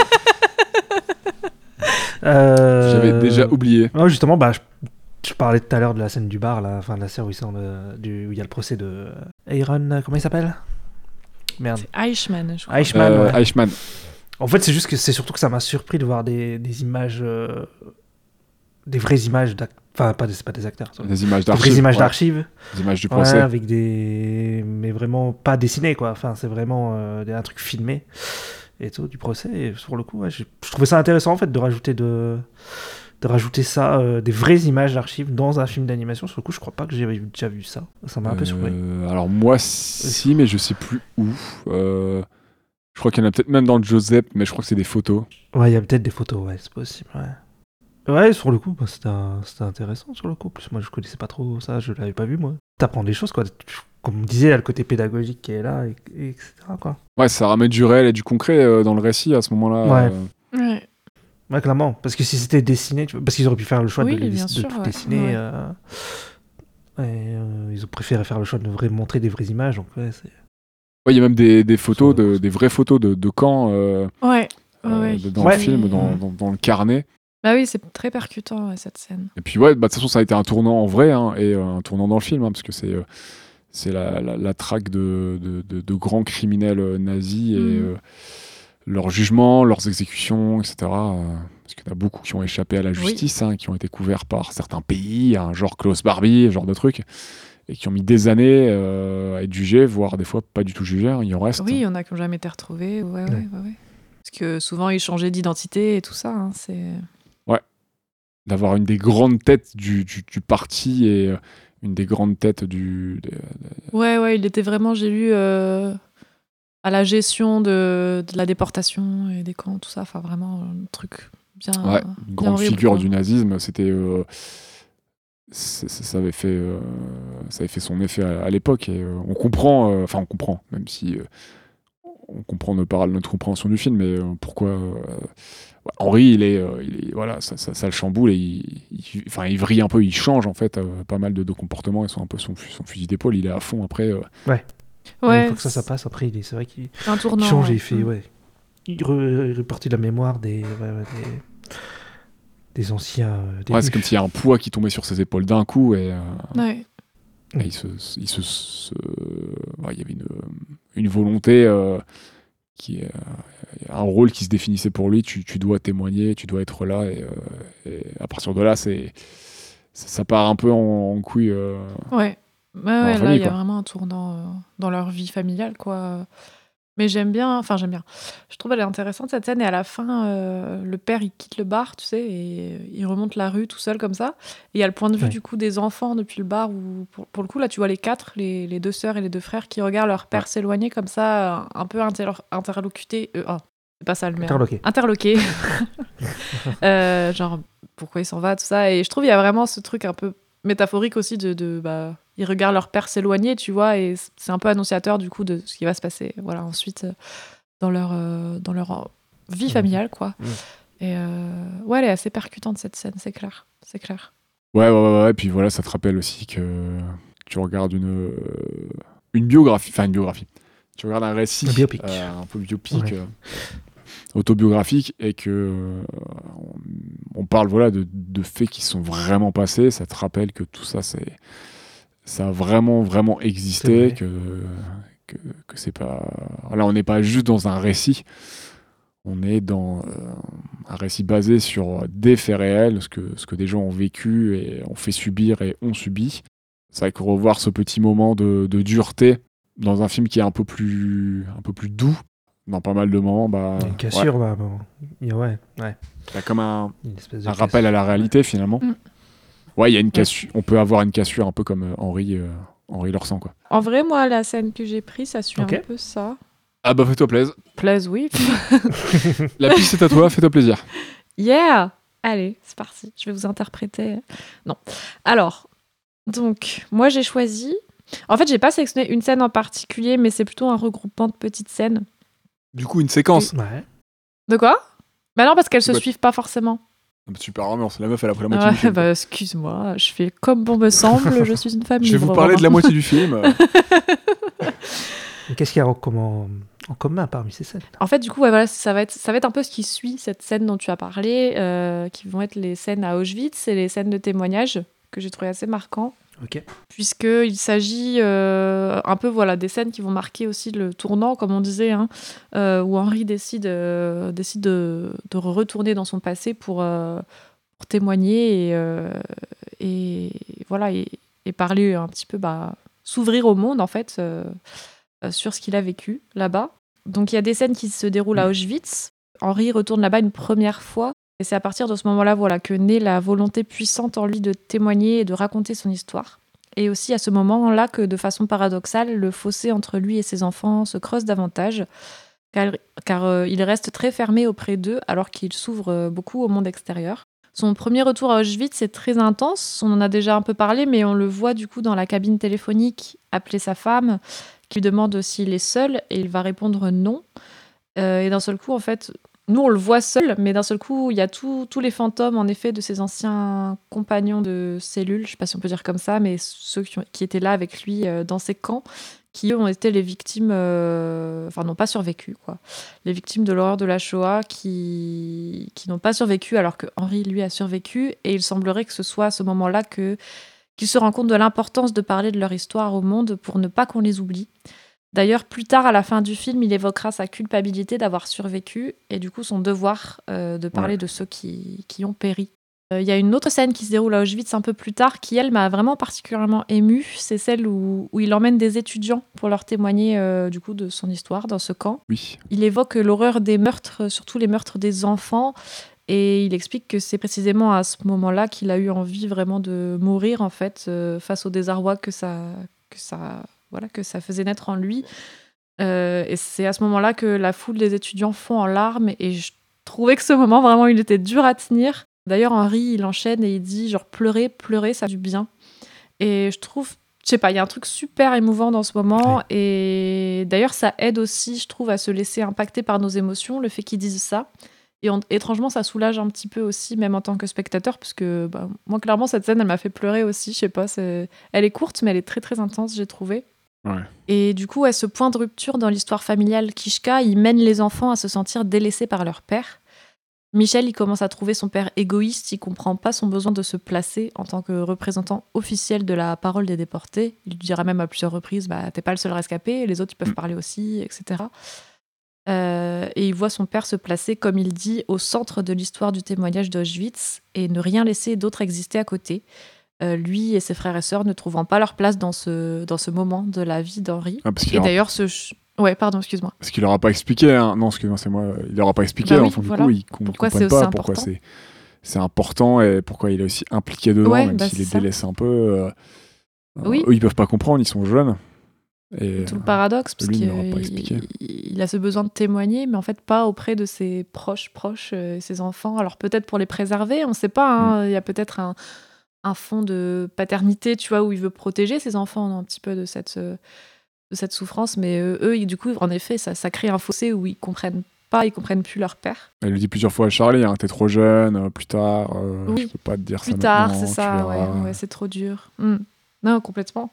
J'avais déjà oublié. Ouais, justement, bah, je parlais tout à l'heure de la scène du bar, là, enfin de la scène où il y a le procès de Aaron, comment il s'appelle? Merde. C'est Eichmann, je crois. Eichmann, ouais. Eichmann. En fait, c'est surtout que ça m'a surpris de voir des images, des vraies images enfin pas des acteurs, Des images des vraies d'archives. images ouais. d'archives, Des images du ouais, procès. avec mais vraiment pas dessinées, quoi. Enfin, c'est vraiment un truc filmé et tout du procès. Et sur le coup, ouais, je trouvais ça intéressant en fait de rajouter de rajouter ça, des vraies images d'archives dans un film d'animation. Sur le coup, je crois pas que j'avais déjà vu ça. Ça m'a un peu surpris. Alors moi, si, mais je sais plus où. Je crois qu'il y en a peut-être même dans le Joseph, mais je crois que c'est des photos. Ouais, il y a peut-être des photos, ouais, c'est possible, ouais. Ouais, sur le coup, c'était intéressant, sur le coup. En plus, moi, je connaissais pas trop ça, je l'avais pas vu, moi. T'apprends des choses, quoi. Comme on disait, il y a le côté pédagogique qui est là, etc., quoi. Ouais, ça ramène du réel et du concret dans le récit à ce moment-là. Ouais. Ouais. Ouais, clairement. Parce que si c'était dessiné, parce qu'ils auraient pu faire le choix Oui, de bien tout sûr, dessiner. ouais. Ils ont préféré faire le choix de montrer des vraies images, donc ouais, c'est... Ouais, il y a même des photos, des vraies photos de camps Ouais. dans le film, dans le carnet. Bah oui, c'est très percutant, cette scène. Et puis ouais, de toute façon, ça a été un tournant en vrai, hein, et un tournant dans le film, hein, parce que c'est la traque de grands criminels nazis et leur jugement, leurs exécutions, etc. Parce qu'il y en a beaucoup qui ont échappé à la justice, hein, qui ont été couverts par certains pays, hein, genre Klaus Barbie, genre de trucs, et qui ont mis des années à être jugés, voire des fois pas du tout jugés, hein, il en reste. Oui, il y en a qui n'ont jamais été retrouvés. Ouais. Parce que souvent, ils changeaient d'identité et tout ça. Hein, c'est... Ouais. D'avoir une des grandes têtes du parti et une des grandes têtes Ouais, il était vraiment, j'ai lu, à la gestion de la déportation et des camps, tout ça. Enfin, vraiment, un truc bien. Ouais, une grande horrible, figure quoi. du nazisme. C'était. Ça avait fait son effet à l'époque. Et on comprend, même si on comprend notre compréhension du film, mais pourquoi. Henri, il est voilà, ça le chamboule et il vrille un peu, il change en fait pas mal de comportements et sont un peu son fusil d'épaule, il est à fond après. Ouais. Une fois que ça passe, après, c'est vrai qu'il un tournant, change et il fait, il repartit de la mémoire des anciens. Ouais, c'est comme s'il y a un poids qui tombait sur ses épaules d'un coup et il y avait une volonté qui est un rôle qui se définissait pour lui. Tu dois témoigner, tu dois être là et à partir de là ça part un peu en couille. Ouais, la là famille, il y a quoi. vraiment un tournant dans leur vie familiale, quoi. Mais j'aime bien. Je trouve elle est intéressante cette scène, et à la fin, le père il quitte le bar, tu sais, et il remonte la rue tout seul comme ça. Et il y a le point de vue du coup des enfants depuis le bar où pour le coup là tu vois les quatre, les deux sœurs et les deux frères qui regardent leur père s'éloigner comme ça, un peu interlocuté. C'est pas ça le merde. Interloqué. Genre pourquoi il s'en va, tout ça. Et je trouve il y a vraiment ce truc un peu métaphorique aussi de ils regardent leur père s'éloigner, tu vois, et c'est un peu annonciateur du coup de ce qui va se passer, voilà, ensuite dans leur vie familiale, quoi. Et elle est assez percutante cette scène, c'est clair. Ouais, puis voilà, ça te rappelle aussi que tu regardes une biographie, tu regardes un récit un peu biopique, autobiographique, et que on parle de faits qui sont vraiment passés. Ça te rappelle que tout ça ça a vraiment existé, que c'est pas, là on n'est pas juste dans un récit, on est dans un récit basé sur des faits réels, ce que des gens ont vécu et ont fait subir et ont subi. C'est vrai que revoir ce petit moment de dureté dans un film qui est un peu plus doux dans pas mal de moments, une cassure, il y a comme un rappel cassure. à la réalité finalement. Ouais, il y a une cassure. On peut avoir une cassure un peu comme Henri Lorsan, quoi. En vrai, moi, la scène que j'ai prise, ça suit un peu ça. Ah bah fais-toi plaisir. Oui. La piste est à toi, fais-toi plaisir. Yeah. Allez, c'est parti. Je vais vous interpréter. Non. Alors, donc, moi, j'ai choisi... En fait, j'ai pas sélectionné une scène en particulier, mais c'est plutôt un regroupement de petites scènes. Du coup, une séquence. Ouais. De quoi ? Bah non, parce qu'elles se suivent pas forcément. Super ambiance, la meuf elle a pris la moitié du film. Bah excuse-moi, je fais comme bon me semble, je suis une femme libre. Je vais vous parler de la moitié du film. Mais qu'est-ce qu'il y a en commun parmi ces scènes ? En fait, du coup, ça va être un peu ce qui suit cette scène dont tu as parlé, qui vont être les scènes à Auschwitz et les scènes de témoignage que j'ai trouvé assez marquants. Ok. Puisqu'il s'agit un peu des scènes qui vont marquer aussi le tournant, comme on disait, où Henri décide de retourner dans son passé pour témoigner et parler un petit peu, s'ouvrir au monde en fait sur ce qu'il a vécu là-bas. Donc il y a des scènes qui se déroulent à Auschwitz. Henri retourne là-bas une première fois Et c'est à partir de ce moment-là que naît la volonté puissante en lui de témoigner et de raconter son histoire. Et aussi à ce moment-là que, de façon paradoxale, le fossé entre lui et ses enfants se creuse davantage, car il reste très fermé auprès d'eux alors qu'il s'ouvre beaucoup au monde extérieur. Son premier retour à Auschwitz est très intense, on en a déjà un peu parlé, mais on le voit du coup dans la cabine téléphonique appeler sa femme, qui lui demande s'il est seul, et il va répondre non. Et d'un seul coup, en fait, nous on le voit seul, mais d'un seul coup, il y a tous les fantômes, en effet, de ses anciens compagnons de cellule, je sais pas si on peut dire comme ça, mais ceux qui étaient là avec lui dans ces camps, qui eux ont été les victimes, n'ont pas survécu, quoi. Les victimes de l'horreur de la Shoah qui n'ont pas survécu alors que Henri, lui, a survécu. Et il semblerait que ce soit à ce moment-là qu'il se rend compte de l'importance de parler de leur histoire au monde pour ne pas qu'on les oublie. D'ailleurs, plus tard, à la fin du film, il évoquera sa culpabilité d'avoir survécu et du coup son devoir de parler de ceux qui ont péri. Il y a une autre scène qui se déroule à Auschwitz un peu plus tard qui, elle, m'a vraiment particulièrement émue. C'est celle où il emmène des étudiants pour leur témoigner du coup de son histoire dans ce camp. Oui. Il évoque l'horreur des meurtres, surtout les meurtres des enfants, et il explique que c'est précisément à ce moment-là qu'il a eu envie vraiment de mourir en fait, face au désarroi que ça faisait naître en lui. Et c'est à ce moment-là que la foule des étudiants fond en larmes, et je trouvais que ce moment, vraiment, il était dur à tenir. D'ailleurs, Henri, il enchaîne et il dit genre pleurer, ça fait du bien. Et je trouve, je sais pas, il y a un truc super émouvant dans ce moment. Et d'ailleurs, ça aide aussi, je trouve, à se laisser impacter par nos émotions, le fait qu'ils disent ça. Et étrangement, ça soulage un petit peu aussi, même en tant que spectateur, parce que moi, clairement, cette scène, elle m'a fait pleurer aussi. Je sais pas, elle est courte, mais elle est très, très intense, j'ai trouvé. Ouais. Et du coup, ce point de rupture dans l'histoire familiale Kishka, il mène les enfants à se sentir délaissés par leur père. Michel, il commence à trouver son père égoïste, il comprend pas son besoin de se placer en tant que représentant officiel de la parole des déportés. Il lui dira même à plusieurs reprises, t'es pas le seul rescapé, les autres ils peuvent parler aussi, etc. Et il voit son père se placer, comme il dit, au centre de l'histoire du témoignage d'Auschwitz et ne rien laisser d'autre exister à côté. Lui et ses frères et sœurs ne trouvant pas leur place dans ce moment de la vie d'Henri. Et d'ailleurs, Ouais, pardon, excuse-moi. Parce qu'il leur a pas expliqué, hein. Non, excuse-moi, c'est moi. Il leur a pas expliqué, oui, enfin, voilà. Du coup, ils pourquoi comprennent c'est aussi pas important. pourquoi c'est important et pourquoi il est aussi impliqué dedans, même s'il les délaisse un peu. Oui. Eux, ils peuvent pas comprendre, ils sont jeunes. Et tout le paradoxe, parce lui, qu'il a ce besoin de témoigner, mais en fait pas auprès de ses proches, ses enfants. Alors peut-être pour les préserver, on sait pas, hein. Il y a peut-être un fond de paternité, tu vois, où il veut protéger ses enfants un petit peu de cette souffrance, mais eux, du coup, en effet, ça crée un fossé où ils comprennent plus leur père. Elle le dit plusieurs fois à Charlie, hein, t'es trop jeune, plus tard, je peux pas te dire plus ça tard, maintenant, c'est ça, ouais, c'est trop dur. Non, complètement.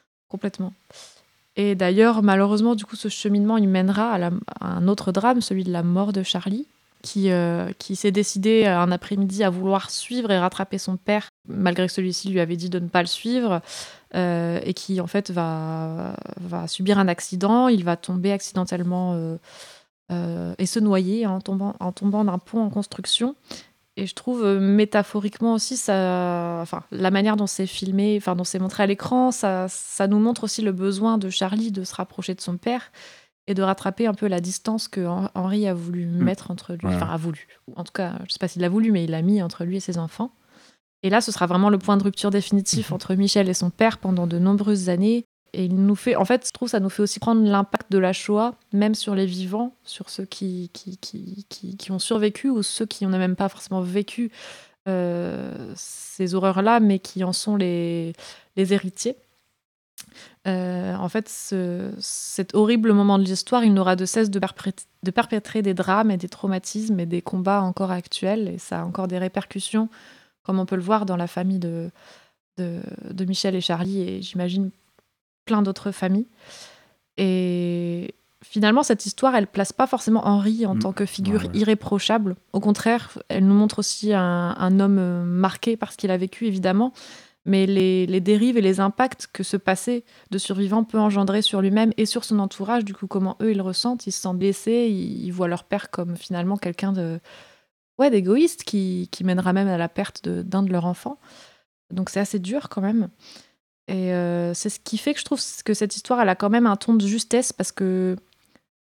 Et d'ailleurs, malheureusement, du coup, ce cheminement, il mènera à un autre drame, celui de la mort de Charlie, qui s'est décidé un après-midi à vouloir suivre et rattraper son père, malgré que celui-ci lui avait dit de ne pas le suivre, et qui en fait va subir un accident. Il va tomber accidentellement et se noyer en tombant d'un pont en construction. Et je trouve métaphoriquement aussi, la manière dont c'est filmé, dont c'est montré à l'écran, ça nous montre aussi le besoin de Charlie de se rapprocher de son père et de rattraper un peu la distance que Henri a voulu mettre entre lui. Ouais. Enfin, a voulu. En tout cas, je sais pas s'il l'a voulu, mais il l'a mis entre lui et ses enfants. Et là, ce sera vraiment le point de rupture définitif entre Michel et son père pendant de nombreuses années. Et il nous fait, en fait, je trouve, ça nous fait aussi prendre l'impact de la Shoah, même sur les vivants, sur ceux qui ont survécu ou ceux qui n'ont même pas forcément vécu ces horreurs-là, mais qui en sont les héritiers. En fait, cet horrible moment de l'histoire, il n'aura de cesse de perpétrer des drames et des traumatismes et des combats encore actuels, et ça a encore des répercussions, comme on peut le voir dans la famille de Michel et Charlie, et j'imagine plein d'autres familles. Et finalement, cette histoire, elle place pas forcément Henri en tant que figure irréprochable. Au contraire, elle nous montre aussi un homme marqué par ce qu'il a vécu, évidemment, mais les dérives et les impacts que ce passé de survivant peut engendrer sur lui-même et sur son entourage, du coup, comment eux, ils le ressentent, ils se sentent blessés, ils voient leur père comme finalement quelqu'un d'égoïste qui mènera même à la perte d'un de leurs enfants. Donc c'est assez dur quand même. Et c'est ce qui fait que je trouve que cette histoire, elle a quand même un ton de justesse, parce que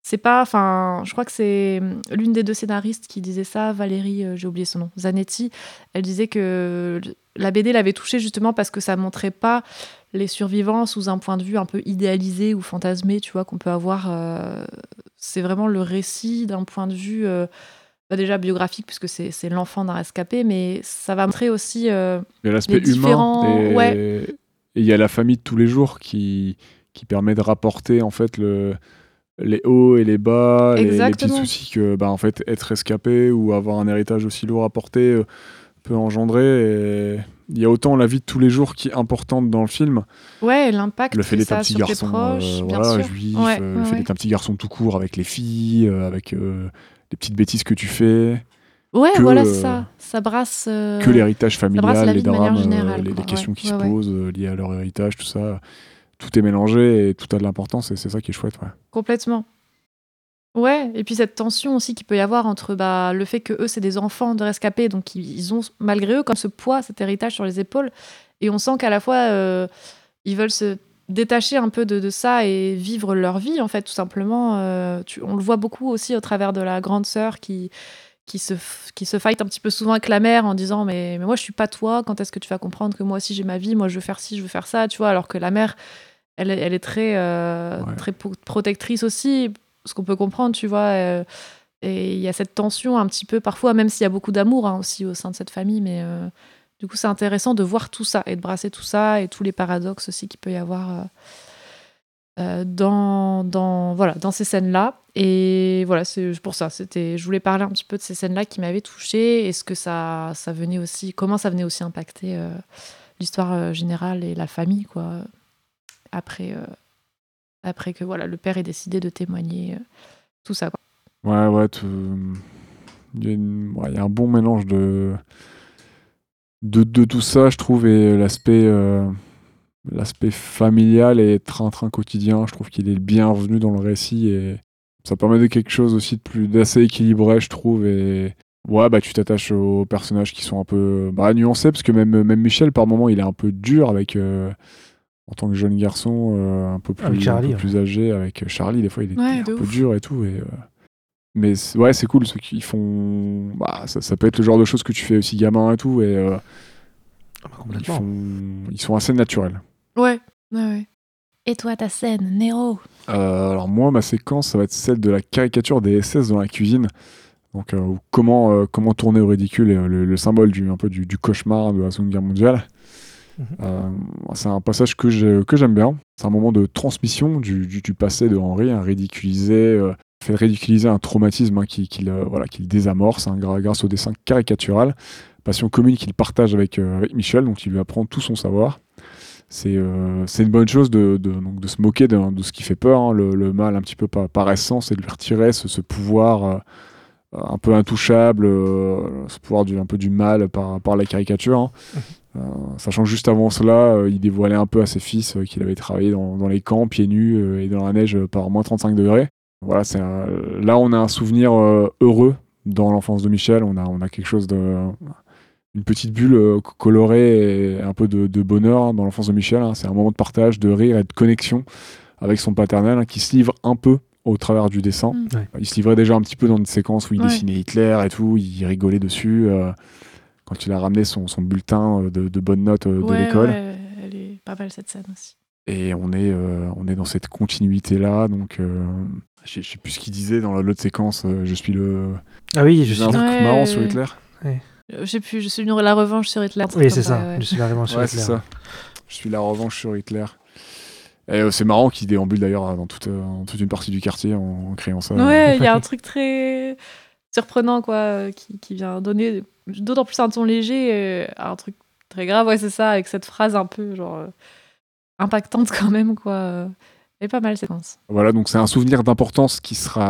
c'est pas, enfin, je crois que c'est l'une des deux scénaristes qui disait ça, Valérie, j'ai oublié son nom, Zanetti. Elle disait que la BD l'avait touchée justement parce que ça montrait pas les survivants sous un point de vue un peu idéalisé ou fantasmé, tu vois, qu'on peut avoir. C'est vraiment le récit d'un point de vue déjà biographique, puisque c'est l'enfant d'un rescapé, mais ça va montrer aussi Il y a l'aspect les différents... humain et il y a la famille de tous les jours qui permet de rapporter en fait les hauts et les bas, les petits Exactement. soucis que en fait, être rescapé ou avoir un héritage aussi lourd à porter peut engendrer. Et il y a autant la vie de tous les jours qui est importante dans le film, Ouais, l'impact le fait que d'être ça un a petit sur tes garçon proches, bien voilà, sûr. juif, Ouais, le fait ouais. d'être un petit garçon tout court avec les filles, avec les petites bêtises que tu fais, Ouais, que, voilà, c'est ça. Ça brasse... que l'héritage brasse familial, la les vie de manière drames, générale, les quoi. questions Ouais, qui se ouais. posent liées à leur héritage, tout ça. Tout est mélangé et tout a de l'importance et c'est ça qui est chouette. Ouais. Complètement. Ouais, et puis cette tension aussi qu'il peut y avoir entre le fait que eux c'est des enfants de rescapés, donc ils ont malgré eux comme ce poids, cet héritage sur les épaules, et on sent qu'à la fois ils veulent se détacher un peu de ça et vivre leur vie en fait, tout simplement. On le voit beaucoup aussi au travers de la grande sœur qui se fight un petit peu souvent avec la mère en disant mais moi je suis pas toi, quand est-ce que tu vas comprendre que moi aussi j'ai ma vie, moi je veux faire ci, je veux faire ça, tu vois, alors que la mère elle est très, très protectrice aussi, ce qu'on peut comprendre, tu vois. Et il y a cette tension un petit peu, parfois, même s'il y a beaucoup d'amour aussi au sein de cette famille. Mais du coup, c'est intéressant de voir tout ça et de brasser tout ça et tous les paradoxes aussi qu'il peut y avoir dans ces scènes-là. Et voilà, c'est pour ça. Je voulais parler un petit peu de ces scènes-là qui m'avaient touchée et ce que ça venait aussi, comment ça venait aussi impacter l'histoire générale et la famille, quoi. Après que voilà, le père ait décidé de témoigner, tout ça, quoi. Ouais, il y a un bon mélange de tout ça, je trouve, et l'aspect familial et train-train quotidien, je trouve qu'il est le bienvenu dans le récit et ça permet de quelque chose aussi d'assez équilibré, je trouve, et ouais, tu t'attaches aux personnages qui sont un peu nuancés, parce que même Michel, par moments, il est un peu dur avec... en tant que jeune garçon, un peu plus âgé, avec Charlie, des fois il est un peu dur et tout. Mais c'est cool, ceux qui font. Ça peut être le genre de choses que tu fais aussi gamin et tout. Et ils sont assez naturels. Ouais. Et toi, ta scène, Nero? Alors, moi, ma séquence, ça va être celle de la caricature des SS dans la cuisine. Donc, comment tourner au ridicule, le symbole un peu du cauchemar de la Seconde Guerre mondiale. C'est un passage que j'aime bien. C'est un moment de transmission du passé de Henri, fait ridiculiser un traumatisme qu'il désamorce grâce au dessin caricatural. Passion commune qu'il partage avec Michel, donc il lui apprend tout son savoir. C'est une bonne chose de se moquer de ce qui fait peur, le mal un petit peu par essence, et de lui retirer ce pouvoir un peu intouchable, ce pouvoir un peu du mal par la caricature. Sachant que juste avant cela, il dévoilait un peu à ses fils qu'il avait travaillé dans les camps, pieds nus et dans la neige par moins 35 degrés. Voilà, là on a un souvenir heureux dans l'enfance de Michel. On a quelque chose une petite bulle colorée et un peu de bonheur dans l'enfance de Michel. C'est un moment de partage, de rire et de connexion avec son paternel qui se livre un peu au travers du dessin. Ouais. Il se livrait déjà un petit peu dans une séquence où il dessinait Hitler et tout, il rigolait dessus. Quand il a ramené son bulletin de bonnes notes de l'école. Ouais, elle est pas mal cette scène aussi. Et on est dans cette continuité-là, donc je sais plus ce qu'il disait dans l'autre séquence, je suis le... Ah oui, je suis suis un truc marrant sur Hitler. Je sais plus, je suis la revanche sur Hitler. Oui, c'est ça, je suis la revanche sur Hitler. C'est ça. Je suis la revanche sur Hitler. Et c'est marrant qu'il déambule d'ailleurs dans toute une partie du quartier en créant ça. Ouais, il y a un truc très surprenant, quoi, qui vient donner d'autant plus un ton léger à un truc très grave, ouais, c'est ça, avec cette phrase un peu genre impactante quand même, quoi. Et pas mal séquence. Voilà, donc c'est un souvenir d'importance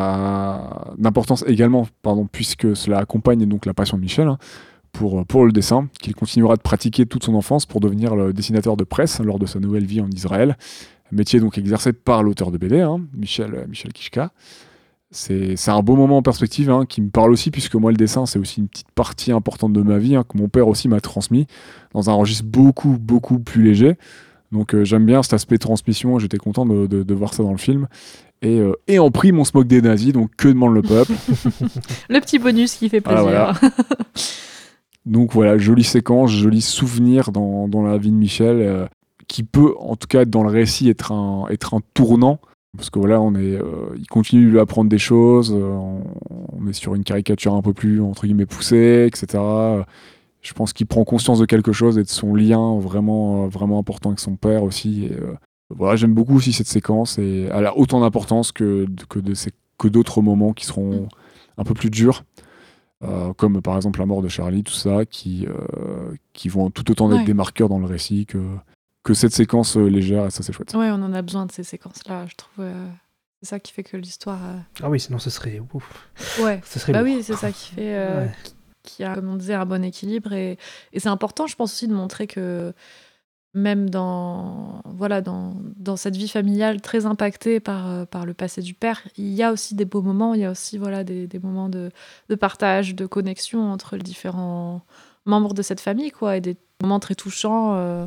également, puisque cela accompagne donc la passion de Michel pour le dessin, qu'il continuera de pratiquer toute son enfance pour devenir le dessinateur de presse lors de sa nouvelle vie en Israël. Métier donc exercé par l'auteur de BD, Michel Kishka. C'est un beau moment en perspective qui me parle aussi, puisque moi le dessin c'est aussi une petite partie importante de ma vie que mon père aussi m'a transmis dans un registre beaucoup beaucoup plus léger. Donc j'aime bien cet aspect transmission, j'étais content de voir ça dans le film. Et en prime, on se moque des nazis, donc que demande le peuple? Le petit bonus qui fait plaisir. Voilà. Donc voilà, jolie séquence, joli souvenir dans la vie de Michel, qui peut, en tout cas, dans le récit, être un tournant. Parce que voilà, il continue de lui apprendre des choses, on est sur une caricature un peu plus, entre guillemets, poussée, etc. Je pense qu'il prend conscience de quelque chose et de son lien vraiment, vraiment important avec son père aussi. Et, voilà, j'aime beaucoup aussi cette séquence et elle a autant d'importance que d'autres moments qui seront un peu plus durs, comme par exemple la mort de Charlie, tout ça, qui vont tout autant être des marqueurs dans le récit que cette séquence légère, et ça c'est chouette. Ouais, on en a besoin de ces séquences-là, je trouve. C'est ça qui fait que l'histoire. Ah oui, sinon ce serait ouf. Ouais. Ce serait Bah lourd. oui, c'est ça qui fait. Qui a, comme on disait, un bon équilibre. Et c'est important, je pense aussi, de montrer que même dans cette vie familiale très impactée par le passé du père, il y a aussi des beaux moments, il y a aussi des moments de partage, de connexion entre les différents membres de cette famille, quoi, et des moments très touchants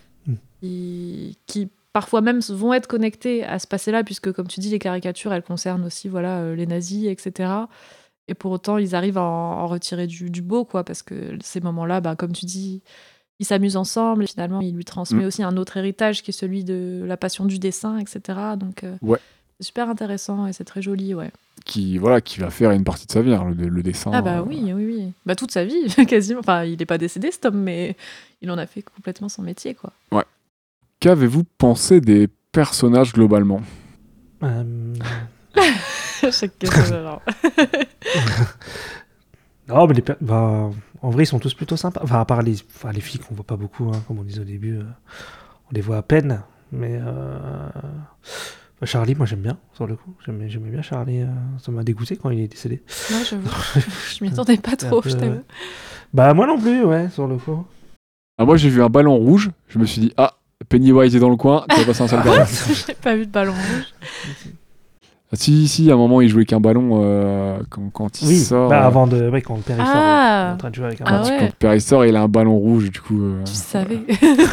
qui parfois même vont être connectés à ce passé-là, puisque, comme tu dis, les caricatures, elles concernent aussi les nazis, etc. Et pour autant, ils arrivent à en retirer du beau, quoi, parce que ces moments-là, comme tu dis, ils s'amusent ensemble, et finalement, il lui transmet aussi un autre héritage qui est celui de la passion du dessin, etc. Donc, c'est super intéressant et c'est très joli, ouais. Qui va faire une partie de sa vie, hein, le dessin. Ah bah oui. Bah toute sa vie, quasiment. Enfin, il n'est pas décédé, cet homme, mais il en a fait complètement son métier, quoi. Ouais. Qu'avez-vous pensé des personnages globalement? Chaque question, alors. Non, mais en vrai, ils sont tous plutôt sympas. Enfin, à part les filles qu'on voit pas beaucoup, hein, comme on disait au début, on les voit à peine. Mais Charlie, moi j'aime bien, sur le coup. J'aimais bien Charlie. Ça m'a dégoûté quand il est décédé. Ouais, j'avoue. Je m'y attendais pas trop, je t'avoue. Bah, moi non plus, ouais, sur le coup. Ah, moi j'ai vu un ballon rouge, je me suis dit, Pennywise est dans le coin, tu vas passer un sale gars. J'ai pas vu de ballon rouge. Si, à un moment il jouait qu'un ballon quand il sort. Bah, avant de. Ouais, quand le père il sort, il est en train de jouer avec un ballon. Quand le père il sort, il a un ballon rouge, du coup. Tu savais.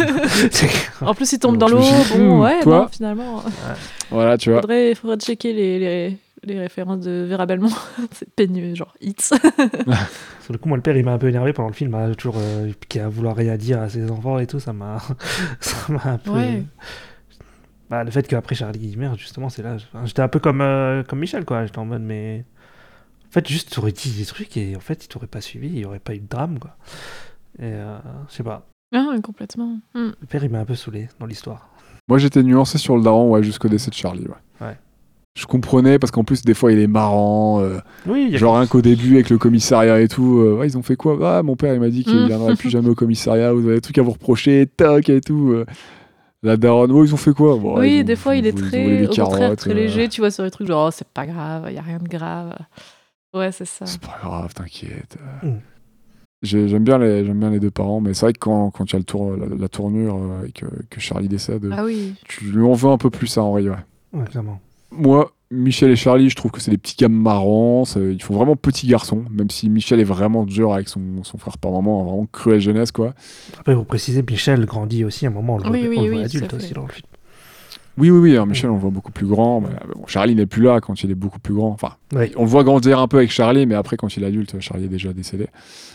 En plus, il tombe dans l'eau. Bon, ouais, toi non, finalement. Voilà, tu vois. Faudrait checker les références de Vera Belmont. C'est peigneux, genre hits. Sur le coup, moi, le père, il m'a un peu énervé pendant le film. Il m'a toujours piqué à vouloir rien dire à ses enfants et tout. Ça m'a un peu. Ouais. Bah, le fait qu'après Charlie meurt, justement, c'est là. J'étais un peu comme Michel, quoi. J'étais en mode, mais. En fait, juste, tu aurais dit des trucs et en fait, il t'aurait pas suivi. Il n'y aurait pas eu de drame, quoi. Et je sais pas. Ah, complètement. Le père, il m'a un peu saoulé dans l'histoire. Moi, j'étais nuancé sur le daron, jusqu'au décès de Charlie, ouais. Je comprenais parce qu'en plus des fois il est marrant, genre rien qu'au début avec le commissariat et tout, ils ont fait quoi? Mon père il m'a dit qu'il viendrait plus jamais au commissariat, vous avez des trucs à vous reprocher, toc et tout. La daronne, ils ont fait quoi? Oui, des fois il est très, au contraire, très léger, tu vois, sur les trucs genre c'est pas grave, y a rien de grave. Ouais, c'est ça. C'est pas grave, t'inquiète. J'aime bien les deux parents, mais c'est vrai que quand il y a la tournure et que Charlie décède, tu lui en veux un peu plus ça en vrai. Ouais, clairement. Moi, Michel et Charlie, je trouve que c'est des petits gars marrants. Ils font vraiment petits garçons, même si Michel est vraiment dur avec son frère par moment, vraiment cruelle jeunesse, quoi. Après, pour préciser, Michel grandit aussi à un moment, on le voit adulte aussi dans le film. Oui, alors Michel, on le voit beaucoup plus grand. Mais, Charlie n'est plus là quand il est beaucoup plus grand. Enfin, on le voit grandir un peu avec Charlie, mais après, quand il est adulte, Charlie est déjà décédé.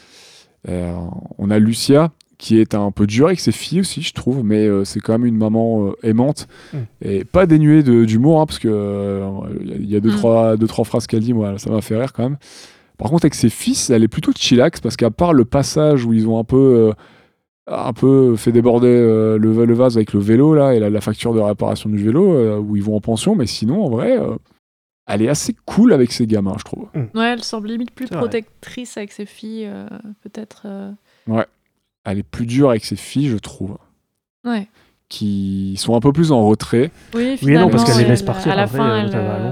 On a Lucia, qui est un peu dure avec ses filles aussi, je trouve, mais c'est quand même une maman aimante et pas dénuée d'humour, hein, parce que il y a deux trois phrases qu'elle dit, moi ça m'a fait rire quand même. Par contre, avec ses fils, elle est plutôt chillax, parce qu'à part le passage où ils ont un peu fait déborder le vase avec le vélo là et la facture de réparation du vélo, où ils vont en pension, mais sinon en vrai elle est assez cool avec ses gamins, je trouve. Ouais, elle semble limite plus protectrice avec ses filles, peut-être. Ouais. Elle est plus dure avec ses filles, je trouve. Ouais. Qui sont un peu plus en retrait. Oui, finalement. Non, parce qu'elle les laisse partir. À la fin,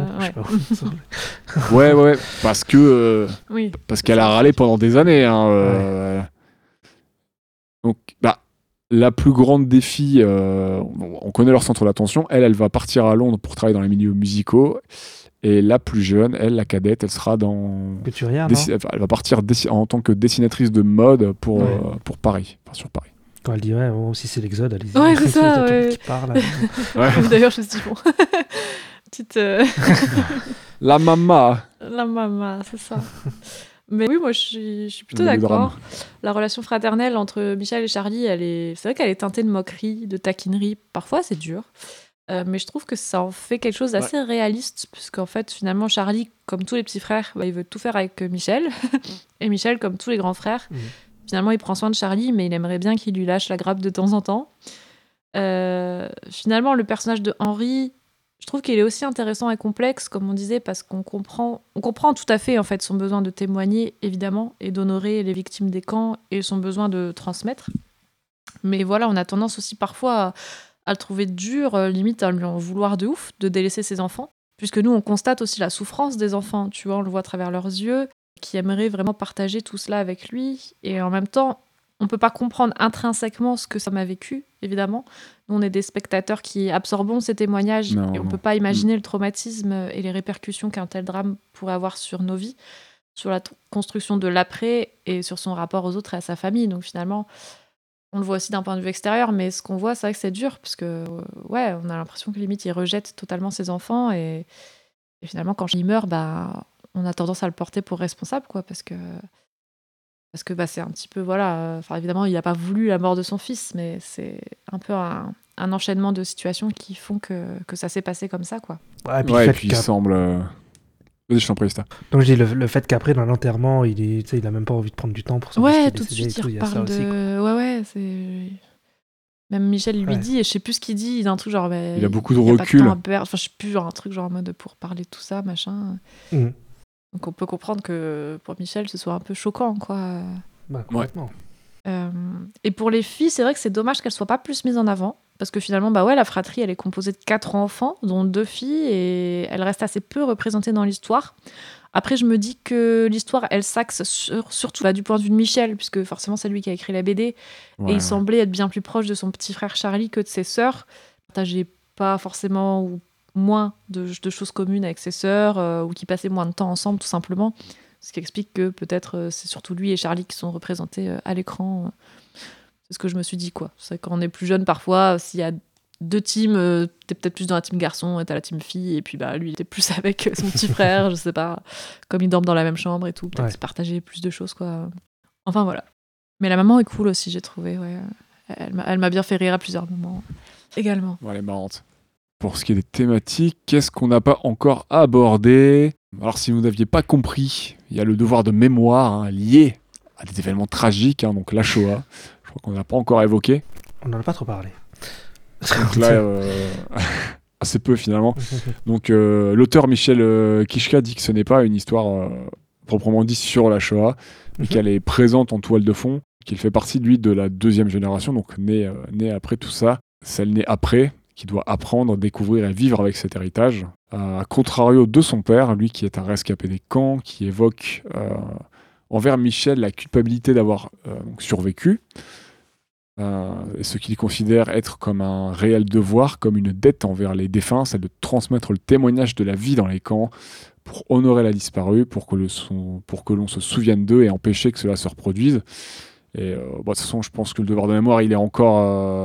ouais, parce que parce qu'elle a râlé pendant des années. Hein, Donc, la plus grande des filles, on connaît leur centre d'attention. Elle va partir à Londres pour travailler dans les milieux musicaux. Et la plus jeune, elle, la cadette, elle sera dans... Couturière, elle va partir en tant que dessinatrice de mode pour Paris, sur Paris. Quand elle dit, si c'est l'exode, allez-y. Ouais, c'est ça, qui parle. D'ailleurs, je sais pas. Petite La mama. la maman, c'est ça. Mais oui, moi je suis plutôt Le d'accord. La relation fraternelle entre Michel et Charlie, c'est vrai qu'elle est teintée de moquerie, de taquinerie. Parfois, c'est dur. Mais je trouve que ça en fait quelque chose d'assez réaliste, puisqu'en fait, finalement, Charlie, comme tous les petits frères, il veut tout faire avec Michel. Et Michel, comme tous les grands frères, finalement, il prend soin de Charlie, mais il aimerait bien qu'il lui lâche la grappe de temps en temps. Finalement, le personnage de Henri, je trouve qu'il est aussi intéressant et complexe, comme on disait, parce qu'on comprend tout à fait en fait son besoin de témoigner, évidemment, et d'honorer les victimes des camps et son besoin de transmettre. Mais voilà, on a tendance aussi parfois à le trouver dur, limite à lui en vouloir de ouf, de délaisser ses enfants. Puisque nous, on constate aussi la souffrance des enfants, tu vois, on le voit à travers leurs yeux, qui aimeraient vraiment partager tout cela avec lui. Et en même temps, on peut pas comprendre intrinsèquement ce que ça m'a vécu, évidemment. Nous, on est des spectateurs qui absorbons ces témoignages et on peut pas imaginer le traumatisme et les répercussions qu'un tel drame pourrait avoir sur nos vies, sur la construction de l'après et sur son rapport aux autres et à sa famille. Donc finalement, on le voit aussi d'un point de vue extérieur, mais ce qu'on voit, c'est vrai que c'est dur, parce que, ouais, on a l'impression que limite, il rejette totalement ses enfants, et finalement, quand il meurt, on a tendance à le porter pour responsable, quoi, parce que c'est un petit peu, voilà, évidemment, il n'a pas voulu la mort de son fils, mais c'est un peu un enchaînement de situations qui font que ça s'est passé comme ça, quoi. Ouais, Et puis il semble... Vas-y, je t'en prie, Star. Donc je dis le fait qu'après dans l'enterrement, il a même pas envie de prendre du temps pour son fils qui est tout de décédé suite et tout, il il y a ça reparle aussi, quoi. ouais, c'est même Michel lui dit, et je sais plus ce qu'il dit, il a un truc genre il a beaucoup de y a pas recul. temps à perdre. Je sais plus, genre un truc genre en mode pour parler de tout ça, machin. Donc on peut comprendre que pour Michel ce soit un peu choquant, quoi. Complètement. Et pour les filles, c'est vrai que c'est dommage qu'elles soient pas plus mises en avant, parce que finalement, la fratrie, elle est composée de 4 enfants, dont 2 filles, et elle reste assez peu représentée dans l'histoire. Après, je me dis que l'histoire, elle s'axe surtout du point de vue de Michel, puisque forcément, c'est lui qui a écrit la BD, et il semblait être bien plus proche de son petit frère Charlie que de ses sœurs. Il partageait pas forcément ou moins de choses communes avec ses sœurs, ou qui passaient moins de temps ensemble, tout simplement. Ce qui explique que peut-être c'est surtout lui et Charlie qui sont représentés à l'écran. C'est ce que je me suis dit, quoi. C'est quand on est plus jeune, parfois, s'il y a 2 teams, t'es peut-être plus dans la team garçon et t'as la team fille, et puis lui, il était plus avec son petit frère, je sais pas, comme ils dorment dans la même chambre et tout, peut-être qu'ils partageaient plus de choses, quoi. Enfin, voilà. Mais la maman est cool aussi, j'ai trouvé, ouais. Elle m'a bien fait rire à plusieurs moments, également. Elle est marrante. Pour ce qui est des thématiques, qu'est-ce qu'on n'a pas encore abordé ? Alors, si vous n'aviez pas compris, il y a le devoir de mémoire lié à des événements tragiques, donc la Shoah. Je crois qu'on n'a pas encore évoqué. On n'en a pas trop parlé. Donc là, assez peu finalement. Donc l'auteur Michel Kishka dit que ce n'est pas une histoire proprement dit sur la Shoah, mais qu'elle est présente en toile de fond, qu'il fait partie, lui, de la 2e génération, donc né après tout ça. Celle née après, qui doit apprendre, découvrir et vivre avec cet héritage. À contrario de son père, lui qui est un rescapé des camps, qui évoque envers Michel la culpabilité d'avoir survécu, et ce qu'il considère être comme un réel devoir, comme une dette envers les défunts, c'est de transmettre le témoignage de la vie dans les camps pour honorer la disparue, pour que l'on se souvienne d'eux et empêcher que cela se reproduise. Et de toute façon, je pense que le devoir de mémoire, il est encore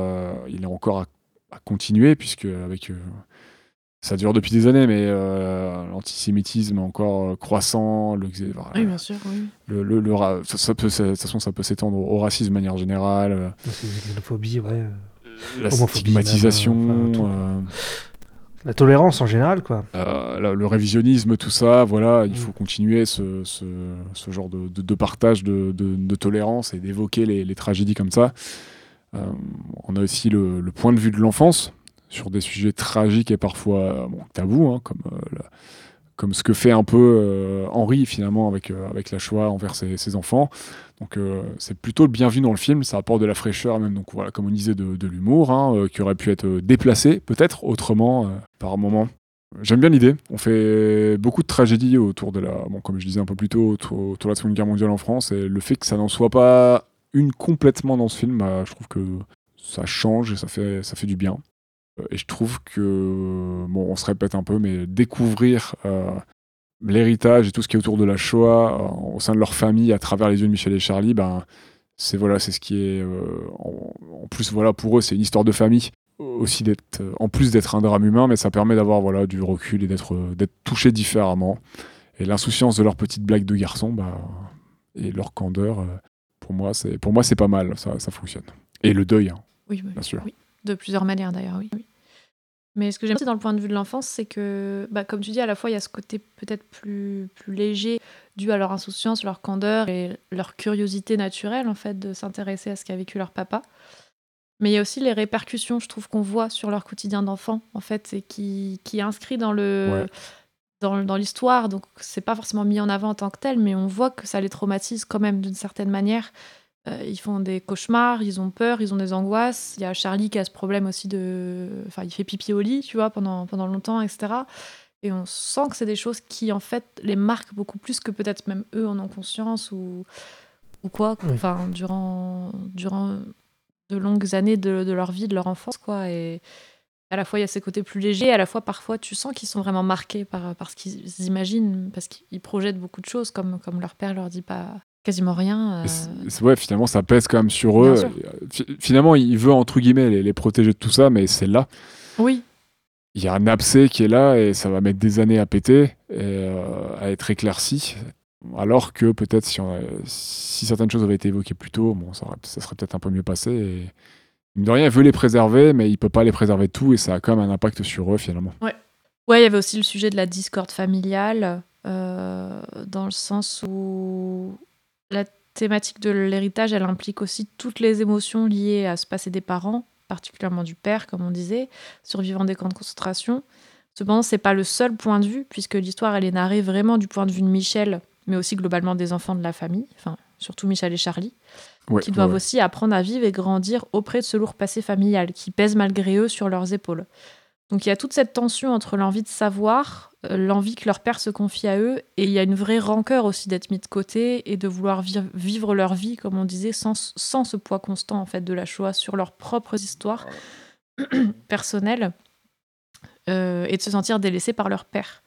à continuer, puisque ça dure depuis des années, mais l'antisémitisme encore croissant, oui, bien sûr, oui. De toute façon, ça peut s'étendre au racisme de manière générale. La xénophobie, ouais. La stigmatisation. La tolérance en général, quoi. Le révisionnisme, tout ça, voilà, il faut continuer ce genre de partage de tolérance et d'évoquer les tragédies comme ça. On a aussi le point de vue de l'enfance sur des sujets tragiques et parfois tabous, comme ce que fait un peu Henri finalement avec la Shoah envers ses enfants. Donc c'est plutôt le bienvenu dans le film, ça apporte de la fraîcheur même, donc voilà, comme on disait, de l'humour, qui aurait pu être déplacé peut-être autrement par moment. J'aime bien l'idée. On fait beaucoup de tragédies autour de comme je disais un peu plus tôt, autour de la Seconde Guerre mondiale en France, et le fait que ça n'en soit pas une complètement dans ce film, je trouve que ça change et ça fait du bien. Et je trouve que, on se répète un peu, mais découvrir l'héritage et tout ce qui est autour de la Shoah au sein de leur famille à travers les yeux de Michel et Charlie, c'est ce qui est... en plus, voilà, pour eux, c'est une histoire de famille. aussi d'être, en plus d'être un drame humain, mais ça permet d'avoir voilà, du recul et d'être touché différemment. Et l'insouciance de leurs petites blagues de garçons, et leur candeur, pour moi, c'est pas mal, ça fonctionne. Et le deuil, hein, Oui, bien sûr. oui. De plusieurs manières d'ailleurs, oui. Mais ce que j'aime aussi dans le point de vue de l'enfance, c'est que, comme tu dis, à la fois il y a ce côté peut-être plus léger, dû à leur insouciance, leur candeur et leur curiosité naturelle en fait de s'intéresser à ce qu'a vécu leur papa. Mais il y a aussi les répercussions, je trouve, qu'on voit sur leur quotidien d'enfant, en fait, et qui est inscrit dans l'histoire. Donc c'est pas forcément mis en avant en tant que tel, mais on voit que ça les traumatise quand même d'une certaine manière. Ils font des cauchemars, ils ont peur, ils ont des angoisses. Il y a Charlie qui a ce problème aussi Enfin, il fait pipi au lit, tu vois, pendant longtemps, etc. Et on sent que c'est des choses qui, en fait, les marquent beaucoup plus que peut-être même eux en ont conscience ou quoi. Oui. Enfin, durant de longues années de leur vie, de leur enfance, quoi. Et à la fois, il y a ces côtés plus légers, à la fois, parfois, tu sens qu'ils sont vraiment marqués par ce qu'ils imaginent, parce qu'ils projettent beaucoup de choses, comme leur père leur dit pas quasiment rien. Ouais, finalement, ça pèse quand même sur Bien eux. sûr. Finalement, il veut, entre guillemets, les protéger de tout ça, mais c'est là. Oui, Il y a un abcès qui est là et ça va mettre des années à péter et à être éclairci. Alors que peut-être si certaines choses avaient été évoquées plus tôt, ça serait peut-être un peu mieux passé. Et mine de rien, il veut les préserver, mais il peut pas les préserver de tout et ça a quand même un impact sur eux finalement. Ouais, il y avait aussi le sujet de la discorde familiale, dans le sens où la thématique de l'héritage, elle implique aussi toutes les émotions liées à ce passé des parents, particulièrement du père, comme on disait, survivant des camps de concentration. Cependant, c'est pas le seul point de vue, puisque l'histoire, elle est narrée vraiment du point de vue de Michel, mais aussi globalement des enfants de la famille, enfin, surtout Michel et Charlie, qui doivent aussi apprendre à vivre et grandir auprès de ce lourd passé familial, qui pèse malgré eux sur leurs épaules. Donc il y a toute cette tension entre l'envie de savoir, l'envie que leur père se confie à eux, et il y a une vraie rancœur aussi d'être mis de côté et de vouloir vivre leur vie, comme on disait, sans ce poids constant en fait de la Shoah sur leurs propres histoires personnelles, et de se sentir délaissés par leur père.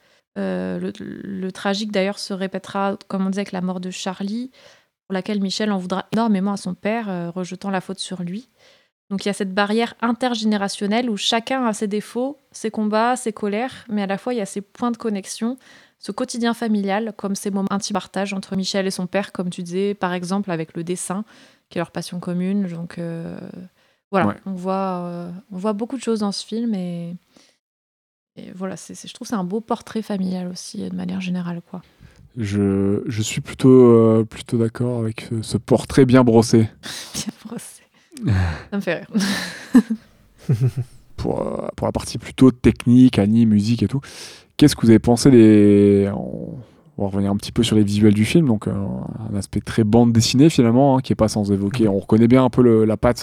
Le tragique d'ailleurs se répétera, comme on disait, avec la mort de Charlie, pour laquelle Michel en voudra énormément à son père, rejetant la faute sur lui. Donc il y a cette barrière intergénérationnelle où chacun a ses défauts, ses combats, ses colères, mais à la fois il y a ces points de connexion, ce quotidien familial, comme ces moments intimes partage entre Michel et son père, comme tu disais, par exemple avec le dessin, qui est leur passion commune. Donc voilà, Ouais. on voit beaucoup de choses dans ce film et voilà, je trouve que c'est un beau portrait familial aussi, de manière générale, quoi. Je suis plutôt d'accord avec ce portrait bien brossé. Bien brossé. Ça me fait rire. Pour la partie plutôt technique, anime, musique et tout, qu'est-ce que vous avez pensé on va revenir un petit peu sur les visuels du film, donc un aspect très bande dessinée finalement, hein, qui est pas sans évoquer. On reconnaît bien un peu la patte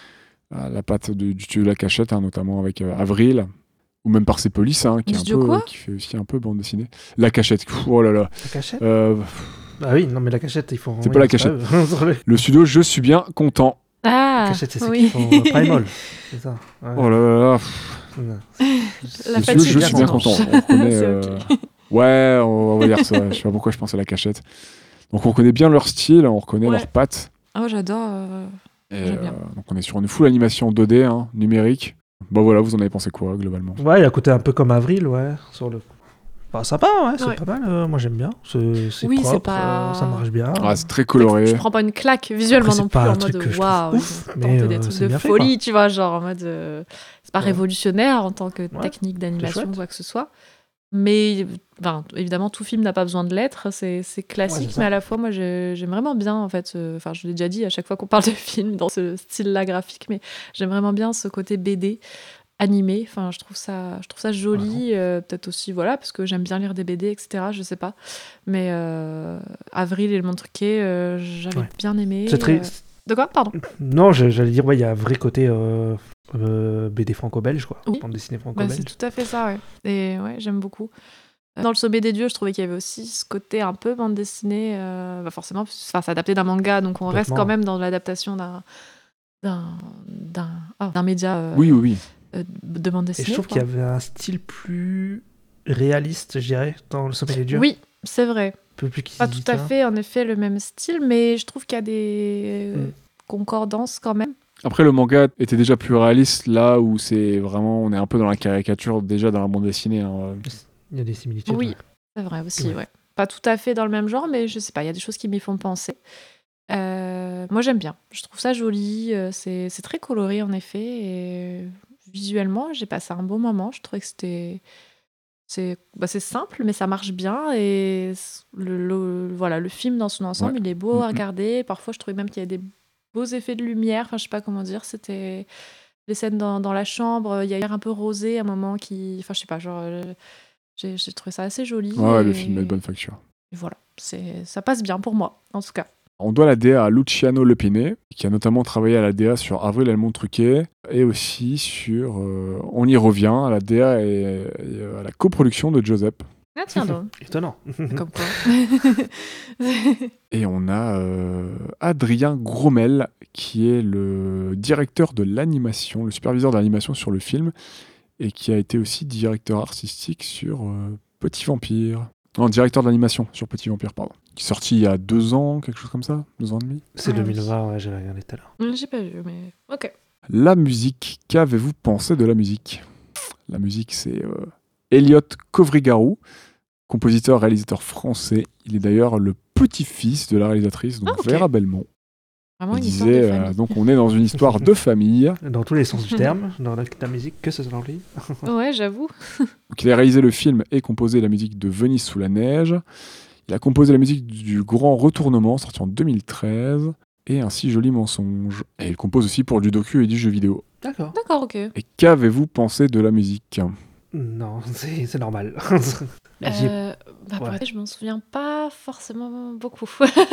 du studio de La Cachette, hein, notamment avec Avril, ou même Persepolis, hein, qui fait aussi un peu bande dessinée. La Cachette, oh là là. La Cachette Ah oui, non, mais La Cachette, il faut... C'est pas La Cachette. Le studio, je suis bien content. Ah, La Cachette, c'est ceux oui. qui font Primal, c'est ça. Ouais. Oh là là. Non. La Le fatigue, studio, je suis bien content. On reconnaît, C'est ok. Ouais, on va dire ça. Je sais pas pourquoi je pense à La Cachette. Donc on connaît bien leur style, on reconnaît Ouais. leurs pattes. Oh, j'adore. Et, J'aime bien. donc on est sur une full animation 2D, hein, numérique. Bah voilà, vous en avez pensé quoi globalement? Ouais, il y a un côté un peu comme Avril, ouais. Sur le... Bah, sympa, ouais, c'est Ouais. pas mal. Moi, j'aime bien. C'est Oui, propre, c'est pas- ça marche bien. Ah, c'est très coloré. Je prends pas une claque visuellement Après, c'est non plus, pas un en truc mode que je trouve waouh, ouf, ils ont mais, tenté des trucs c'est de bien fait, folie, tu vois, genre en mode. C'est pas Ouais. révolutionnaire en tant que Ouais, technique d'animation chouette. ou quoi que ce soit. Mais évidemment, tout film n'a pas besoin de l'être, c'est classique, Ouais, c'est ça. mais à la fois, moi, j'aime vraiment bien, en fait. Enfin, je l'ai déjà dit à chaque fois qu'on parle de film dans ce style-là graphique, mais j'aime vraiment bien ce côté BD animé. Enfin, je trouve ça joli, peut-être aussi, voilà, parce que j'aime bien lire des BD, etc. Je sais pas. Mais Avril et le Monde Truqué, j'avais Ouais. bien aimé. C'est très... De quoi? Pardon. Non, j'allais dire, ouais, il y a un vrai côté BD franco-belge, quoi. Oui. Bande dessinée Bah, franco-belge. c'est tout à fait ça, ouais. Et ouais, j'aime beaucoup. Dans Le Sommet des Dieux, je trouvais qu'il y avait aussi ce côté un peu bande dessinée, forcément, c'est adapté d'un manga, donc on reste Complètement. quand même dans l'adaptation d'un média Oui. de bande Et dessinée. je trouve qu'il y avait un style plus réaliste, je dirais, dans Le Sommet des Dieux. Oui, c'est vrai. Un peu plus Pas tout à fait, en effet, le même style, mais je trouve qu'il y a des Mm. concordances quand même. Après, le manga était déjà plus réaliste, là où c'est vraiment, on est un peu dans la caricature déjà dans la bande dessinée. Hein. Il y a des similitudes. Oui, ouais. c'est vrai aussi, Ouais. ouais. Pas tout à fait dans le même genre, mais je sais pas, il y a des choses qui m'y font penser. Moi, j'aime bien. Je trouve ça joli. C'est très coloré, en effet. Et visuellement, j'ai passé un bon moment. Je trouvais que c'est simple, mais ça marche bien. Et voilà, le film dans son ensemble, Ouais. il est beau à Mhm. regarder. Parfois, je trouvais même qu'il y avait des beaux effets de lumière. Enfin, je sais pas comment dire. C'était les scènes dans la chambre. Il y a l'air un peu rosé à un moment qui. Enfin, je sais pas, genre. J'ai trouvé ça assez joli. Ouais, le et- film est de bonne facture. et voilà, ça passe bien pour moi, en tout cas. On doit la DA à Luciano Lepine, qui a notamment travaillé à la DA sur Avril et le monde truqué, et aussi sur, on y revient, à la DA et à la coproduction de Giuseppe. Ah tiens donc, Étonnant. comme quoi. Et on a Adrien Gromel, qui est le directeur de l'animation, le superviseur de l'animation sur le film, et qui a été aussi directeur artistique sur Petit Vampire. Non, directeur de l'animation sur Petit Vampire, pardon. Qui est sorti il y a 2 ans, quelque chose comme ça, 2 ans et demi. C'est Ah oui. 2020, ouais, j'avais regardé tout à l'heure. J'ai pas vu, mais ok. La musique, qu'avez-vous pensé de la musique ? La musique, c'est Elliot Kovrigarou, compositeur, réalisateur français. Il est d'ailleurs le petit-fils de la réalisatrice, donc ok. Vera Belmont. Vraiment Il une histoire de disait, famille. donc on est dans une histoire de famille. Dans tous les sens du terme, dans la musique, que ce soit lui. Ouais, j'avoue. Donc, il a réalisé le film et composé la musique de Venise sous la neige. Il a composé la musique du Grand Retournement, sorti en 2013, et Un si joli mensonge. Et il compose aussi pour du docu et du jeu vidéo. D'accord. D'accord, ok. Et qu'avez-vous pensé de la musique ? Non, c'est normal. Pour Ouais. être, je m'en souviens pas forcément beaucoup.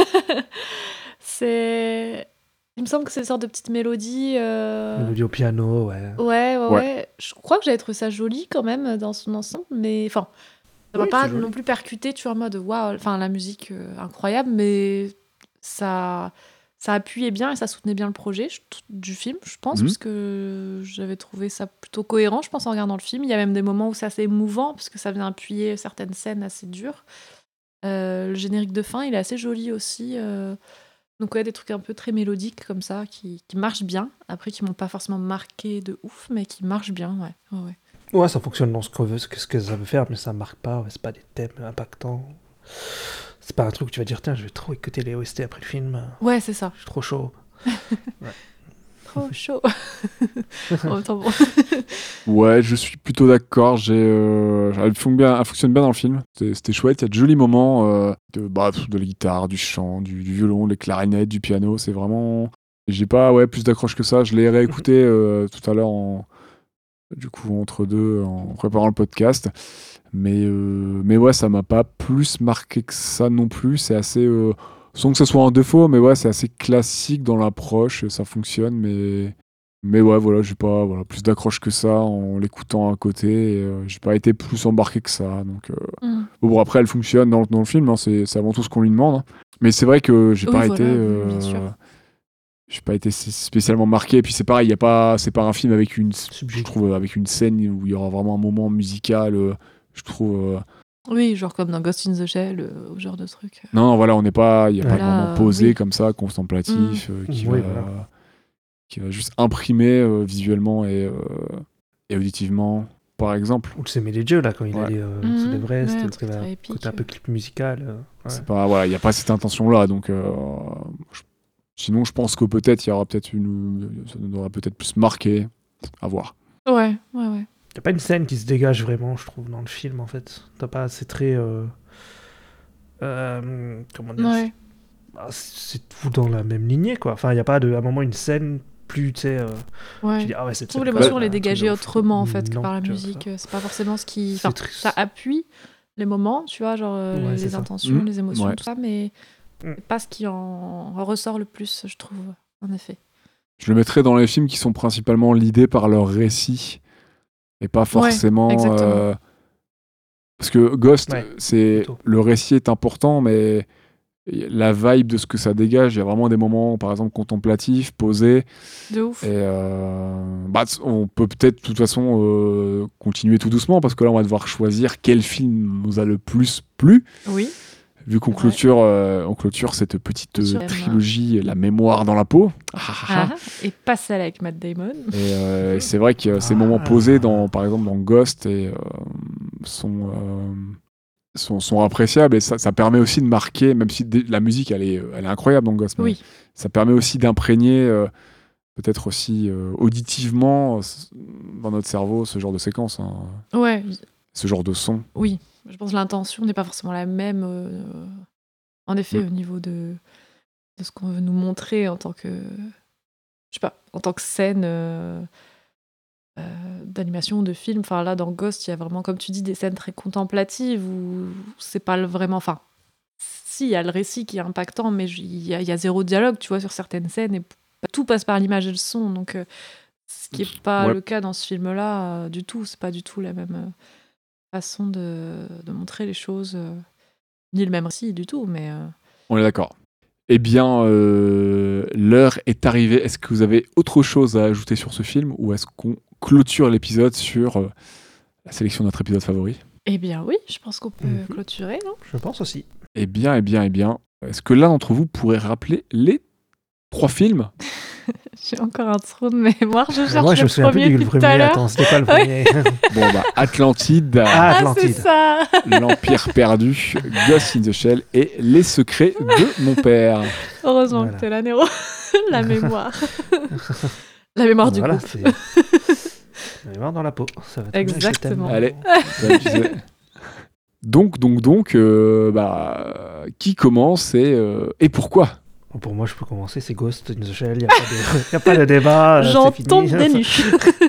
Il me semble que c'est une sorte de petite mélodie. Mélodie au piano, ouais. Ouais. Je crois que j'avais trouvé ça joli quand même dans son ensemble, mais enfin, ça m'a Oui, pas c'est joli. non plus percuté, tu vois, en mode waouh, enfin la musique incroyable, mais ça appuyait bien et ça soutenait bien le projet du film, je pense, Mhm. parce que j'avais trouvé ça plutôt cohérent, je pense, en regardant le film. Il y a même des moments où c'est assez émouvant, parce que ça vient appuyer certaines scènes assez dures. Le générique de fin, il est assez joli aussi. Donc ouais, des trucs un peu très mélodiques comme ça, qui marchent bien. Après, qui m'ont pas forcément marqué de ouf, mais qui marchent bien, ouais. Ouais, ça fonctionne dans ce qu'on veut, ce que ça veut faire, mais ça marque pas, ouais, c'est pas des thèmes impactants. C'est pas un truc où tu vas dire, tiens, je vais trop écouter les OST après le film, Ouais, c'est ça. je suis trop chaud. Trop chaud. En même temps, bon. Ouais, je suis plutôt d'accord. Elle fonctionne bien dans le film. C'était chouette. Il y a de jolis moments de la guitare, du chant, du violon, des clarinettes, du piano. C'est vraiment. J'ai pas plus d'accroche que ça. Je l'ai réécouté tout à l'heure du coup entre deux en préparant le podcast. Mais ouais, ça m'a pas plus marqué que ça non plus. C'est assez. Sans que ce soit un défaut, mais ouais, c'est assez classique dans l'approche. Ça fonctionne, mais ouais, voilà, j'ai pas plus d'accroche que ça en l'écoutant à côté. Et, j'ai pas été plus embarqué que ça. Donc, bon, après, elle fonctionne dans le film. Hein, c'est avant tout ce qu'on lui demande. Hein. Mais c'est vrai que j'ai Oui, pas voilà, été. bien sûr. J'ai pas été spécialement marqué. Et puis c'est pareil, c'est pas un film avec je trouve, avec une scène où il y aura vraiment un moment musical. Je trouve. Oui, genre comme dans Ghost in the Shell, ce genre de truc. Non, voilà, il n'y a pas de Voilà, moment posé oui. comme ça, contemplatif, qui Oui, va juste imprimer visuellement et auditivement, par exemple. Ou le Semé des Dieux, là, quand il Ouais. allait Mhm. sous l'Everest, Ouais, un le truc très épique. côté un peu clip musical. Ouais. C'est pas, voilà, il n'y a pas cette intention-là, donc sinon je pense que peut-être il y aura ça nous aura peut-être plus marqué, à voir. Ouais. Y a pas une scène qui se dégage vraiment, je trouve, dans le film, en fait. C'est très... comment dire Ouais. c'est tout dans la même lignée, quoi. Enfin, y a pas à un moment une scène plus, tu sais... Ouais. tu dis, ah ouais, cette Je trouve scène, l'émotion, quand elle même, est un truc dégagée de fou. autrement, en fait, que Non, par la tu vois, musique. ça. C'est pas forcément ce qui... C'est Enfin, triste. ça appuie les moments, tu vois, genre Ouais, c'est les ça. intentions, les émotions, Ouais. tout ça, mais Mm. c'est pas ce qui en ressort le plus, je trouve, en effet. Je le mettrais dans les films qui sont principalement lidés par leur récit, et pas forcément... exactement. parce que Ghost, Ouais, c'est plutôt. le récit est important, mais la vibe de ce que ça dégage, il y a vraiment des moments, par exemple, contemplatifs, posés, De ouf. et on peut peut-être de toute façon continuer tout doucement, parce que là on va devoir choisir quel film nous a le plus plu. Oui. Vu qu'on Ouais. on clôture cette petite Clôture. trilogie, La mémoire dans la peau. Et pas celle avec Matt Damon. Et c'est vrai que ces moments posés, par exemple dans Ghost, sont appréciables. Et ça permet aussi de marquer, même si la musique, elle est incroyable dans Ghost. Mais Oui. ça permet aussi d'imprégner, peut-être aussi auditivement, dans notre cerveau, ce genre de séquence, hein, Ouais, ce genre de son. oui. Je pense que l'intention n'est pas forcément la même, en effet, Mm. au niveau de ce qu'on veut nous montrer en tant que, je sais pas, en tant que scène d'animation, de film. Enfin, là, dans Ghost, il y a vraiment, comme tu dis, des scènes très contemplatives où c'est pas vraiment... Enfin, si, il y a le récit qui est impactant, mais il y a zéro dialogue, tu vois, sur certaines scènes, et tout passe par l'image et le son, donc ce qui est pas Ouais. le cas dans ce film-là du tout. C'est pas du tout la même façon de montrer les choses, ni le même récit du tout, mais... On est d'accord. Eh bien, l'heure est arrivée. Est-ce que vous avez autre chose à ajouter sur ce film ou est-ce qu'on clôture l'épisode sur la sélection de notre épisode favori ? Eh bien oui, je pense qu'on peut clôturer, non ? Je pense aussi. Eh bien. Est-ce que l'un d'entre vous pourrait rappeler les 3 films ? J'ai encore un trou de mémoire, je cherche Moi, je le me souviens plus premier du depuis tout à premier. l'heure. Attends, c'était quoi le premier? Bon, bah, Atlantide, Ah, Ah, Atlantide. c'est ça. L'Empire perdu, Ghost in the Shell et Les secrets de mon père. Heureusement Voilà. que t'es là, Néro. La mémoire. La mémoire du Voilà, groupe. c'est. La mémoire dans la peau. Ça va très bien avec ce Exactement. thème. Allez. Comme tu sais. Donc, qui commence et pourquoi ? Bon, pour moi, je peux commencer. C'est Ghost in the Shell. Il n'y a pas de débat. J'en c'est tombe fini. des nues.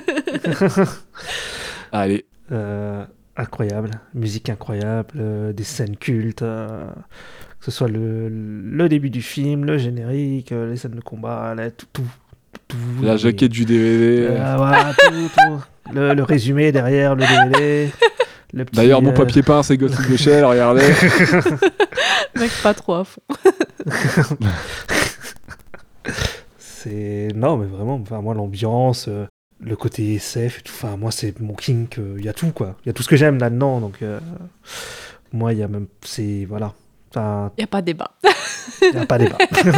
Allez, Incroyable. Musique incroyable. Des scènes cultes. Que ce soit le début du film, le générique, les scènes de combat, tout. la jaquette du DVD. Voilà, tout. Le résumé derrière le DVD. Le petit, D'ailleurs, mon papier peint, c'est Ghost in the Shell, regardez. Mec, pas trop à fond. Non, mais vraiment, enfin, moi, l'ambiance, le côté SF, et tout, enfin, moi, c'est mon kink, il y a tout, quoi. Il y a tout ce que j'aime là-dedans, donc moi, il y a même, voilà. Enfin, Y a pas de débat. il n'y a pas débat.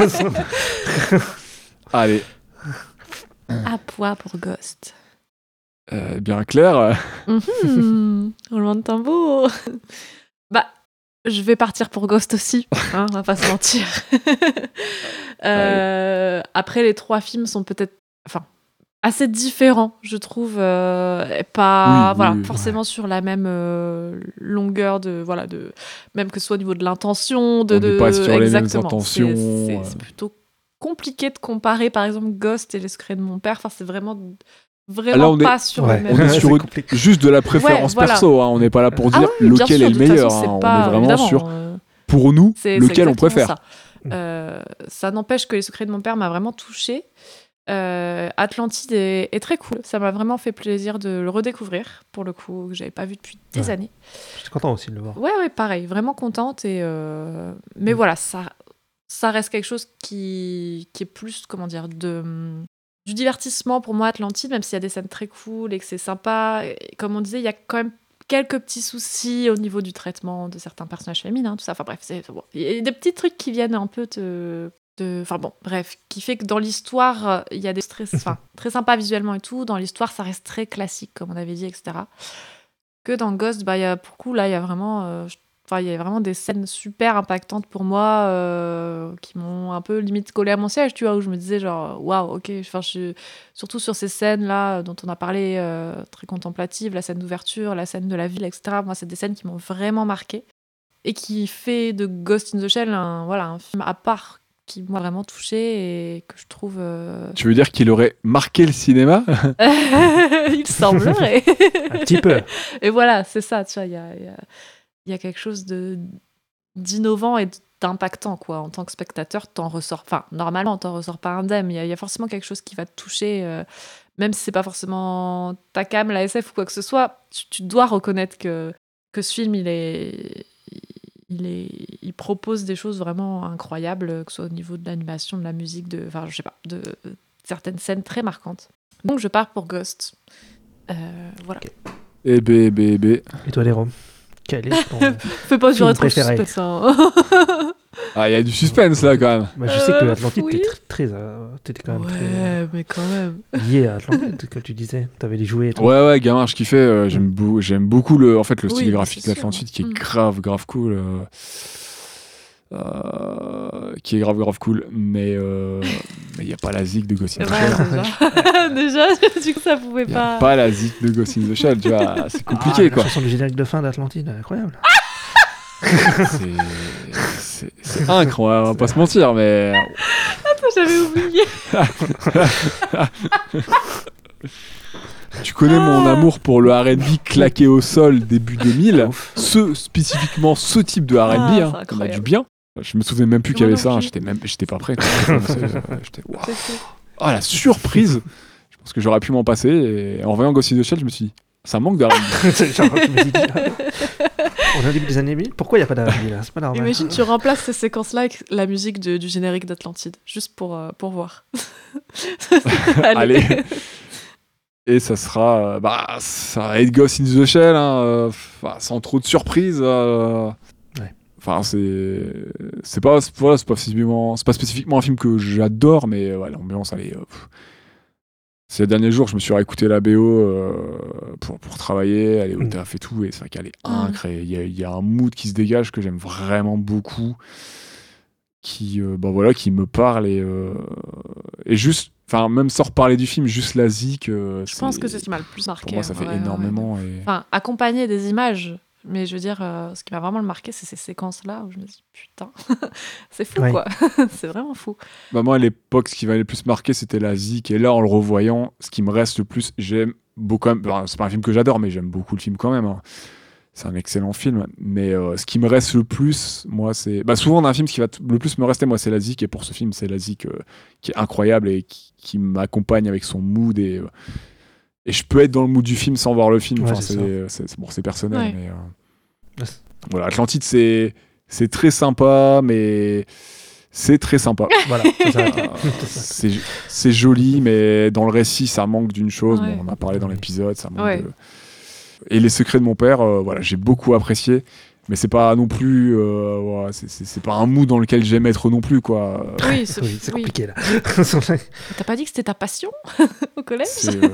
Allez, À poids pour Ghost. bien clair. Roulement de tambour. Bah, je vais partir pour Ghost aussi, hein, on va pas se mentir. Après, les 3 films sont peut-être, assez différents, je trouve, et pas, Oui, forcément sur la même longueur même que ce soit au niveau de l'intention, On n'est pas sur les mêmes exactement. intentions, C'est plutôt compliqué de comparer, par exemple, Ghost et Les secrets de mon père. Enfin, c'est vraiment Là, on est- pas sur Ouais. le même. On est C'est sur compliqué. juste de la préférence Ouais, voilà. perso, hein. On n'est pas là pour dire Oui, bien lequel sûr, est de le toute meilleur. façon, Hein. c'est On pas- est vraiment évidemment, sur, pour nous, c'est lequel on exactement préfère. ça n'empêche que Les secrets de mon père m'a vraiment touchée. Atlantide est très cool. Ça m'a vraiment fait plaisir de le redécouvrir, pour le coup, que j'avais pas vu depuis des Ouais. années. J'étais content aussi de le voir. Ouais, pareil, vraiment contente. Mais voilà, ça reste quelque chose qui est plus, comment dire, du divertissement pour moi, Atlantide, même s'il y a des scènes très cool et que c'est sympa. Et comme on disait, il y a quand même quelques petits soucis au niveau du traitement de certains personnages féminins, tout ça. Enfin bref, il y a des petits trucs qui viennent un peu Enfin bon, bref, qui fait que dans l'histoire, il y a des stress, très sympa visuellement et tout. Dans l'histoire, ça reste très classique, comme on avait dit, etc. Que dans Ghost, il y a pour le coup, là, il y a vraiment... il y a vraiment des scènes super impactantes pour moi qui m'ont un peu limite collé à mon siège, tu vois, où je me disais genre waouh, ok, surtout sur ces scènes là dont on a parlé, très contemplatives, la scène d'ouverture, la scène de la ville, etc. Moi, c'est des scènes qui m'ont vraiment marqué et qui fait de Ghost in the Shell un film à part qui m'a vraiment touchée et que je trouve. Tu veux dire qu'il aurait marqué le cinéma ? Il semblerait. Un petit peu. Et voilà, c'est ça, tu vois, il y a quelque chose d'innovant et d'impactant, quoi. En tant que spectateur, t'en ressors... Enfin, normalement, t'en ressors pas indemne. Il y a forcément quelque chose qui va te toucher, même si c'est pas forcément ta cam, la SF ou quoi que ce soit. Tu dois reconnaître que ce film, il propose des choses vraiment incroyables, que ce soit au niveau de l'animation, de la musique, de certaines scènes très marquantes. Donc, je pars pour Ghost. Voilà. Eh ben. Et toi, Léro? Quel est ton... Fais pas durer trop le préféré. suspense. Hein. Ah, il y a du suspense là quand même. Bah, je sais que Atlantide, oui. t'étais quand même Ouais, mais quand même. très lié à Atlantide, comme tu disais. T'avais les jouets et tout. Ouais, gamin, je kiffais. J'aime beaucoup le style Oui, graphique c'est sûr. d'Atlantide qui est grave cool. Qui est grave cool. Mais il n'y a pas la zik de Ghost in the Ouais, Shell. déjà, j'ai dit que ça pouvait Il n'y a pas. pas la zik de Ghost in the Shell, tu vois. C'est compliqué, La quoi. chanson du générique de fin d'Atlantide, incroyable. C'est incroyable, on va pas se mentir, mais. J'avais oublié. Tu connais mon amour pour le R&B claqué au sol début 2000. Spécifiquement ce type de R&B, Ah, hein, c'est on a incroyable. du bien. Je me souvenais même plus qu'il y Moi avait ça, non hein, plus. j'étais pas prêt. J'étais, waouh. Oh la surprise. Je pense que j'aurais pu m'en passer et en voyant Ghost in the Shell, je me suis dit, ça manque de R&B. Genre, je me suis dit, on est au début des années 1000, pourquoi il n'y a pas d'Arabie là? C'est pas normal. Imagine, tu remplaces ces séquences-là avec la musique du générique d'Atlantide, juste pour voir. Allez. Et ça sera, ça va être Ghost in the Shell, hein, sans trop de surprises. Enfin, c'est pas spécifiquement un film que j'adore, mais ouais, l'ambiance, elle est. Ces derniers jours, je me suis réécouté la BO pour travailler, aller au taf et tout, et c'est vrai qu'elle est incroyable. Il y a un mood qui se dégage que j'aime vraiment beaucoup, qui me parle et juste. Enfin, même sans reparler du film, juste la zik. Je pense que c'est ce qui m'a le plus marqué. Pour moi, ça fait ouais, énormément. ouais. Et... Enfin, accompagné des images. Mais je veux dire, ce qui m'a vraiment le marqué, c'est ces séquences-là où je me dis, putain, c'est fou, quoi. C'est vraiment fou. Bah moi, à l'époque, ce qui m'avait le plus marqué, c'était la zik. Et là, en le revoyant, ce qui me reste le plus, j'aime beaucoup. C'est pas un film que j'adore, mais j'aime beaucoup le film quand même. Hein. C'est un excellent film. Mais ce qui me reste le plus, moi, c'est... souvent, dans un film, ce qui va le plus me rester, moi, c'est la zik. Et pour ce film, c'est la zik qui est incroyable et qui m'accompagne avec son mood. Et je peux être dans le mood du film sans voir le film. Ouais, enfin, c'est personnel. Ouais. Mais, voilà, Atlantide, c'est très sympa, mais... C'est très sympa. Voilà, c'est joli, mais dans le récit, ça manque d'une chose. Ouais. Bon, on en a parlé dans l'épisode. Ça manque Ouais. de... Et Les Secrets de mon père, voilà, j'ai beaucoup apprécié. Mais c'est pas non plus... voilà, c'est pas un mood dans lequel j'aime être non plus, quoi. Oui, c'est compliqué, là. T'as pas dit que c'était ta passion au collège?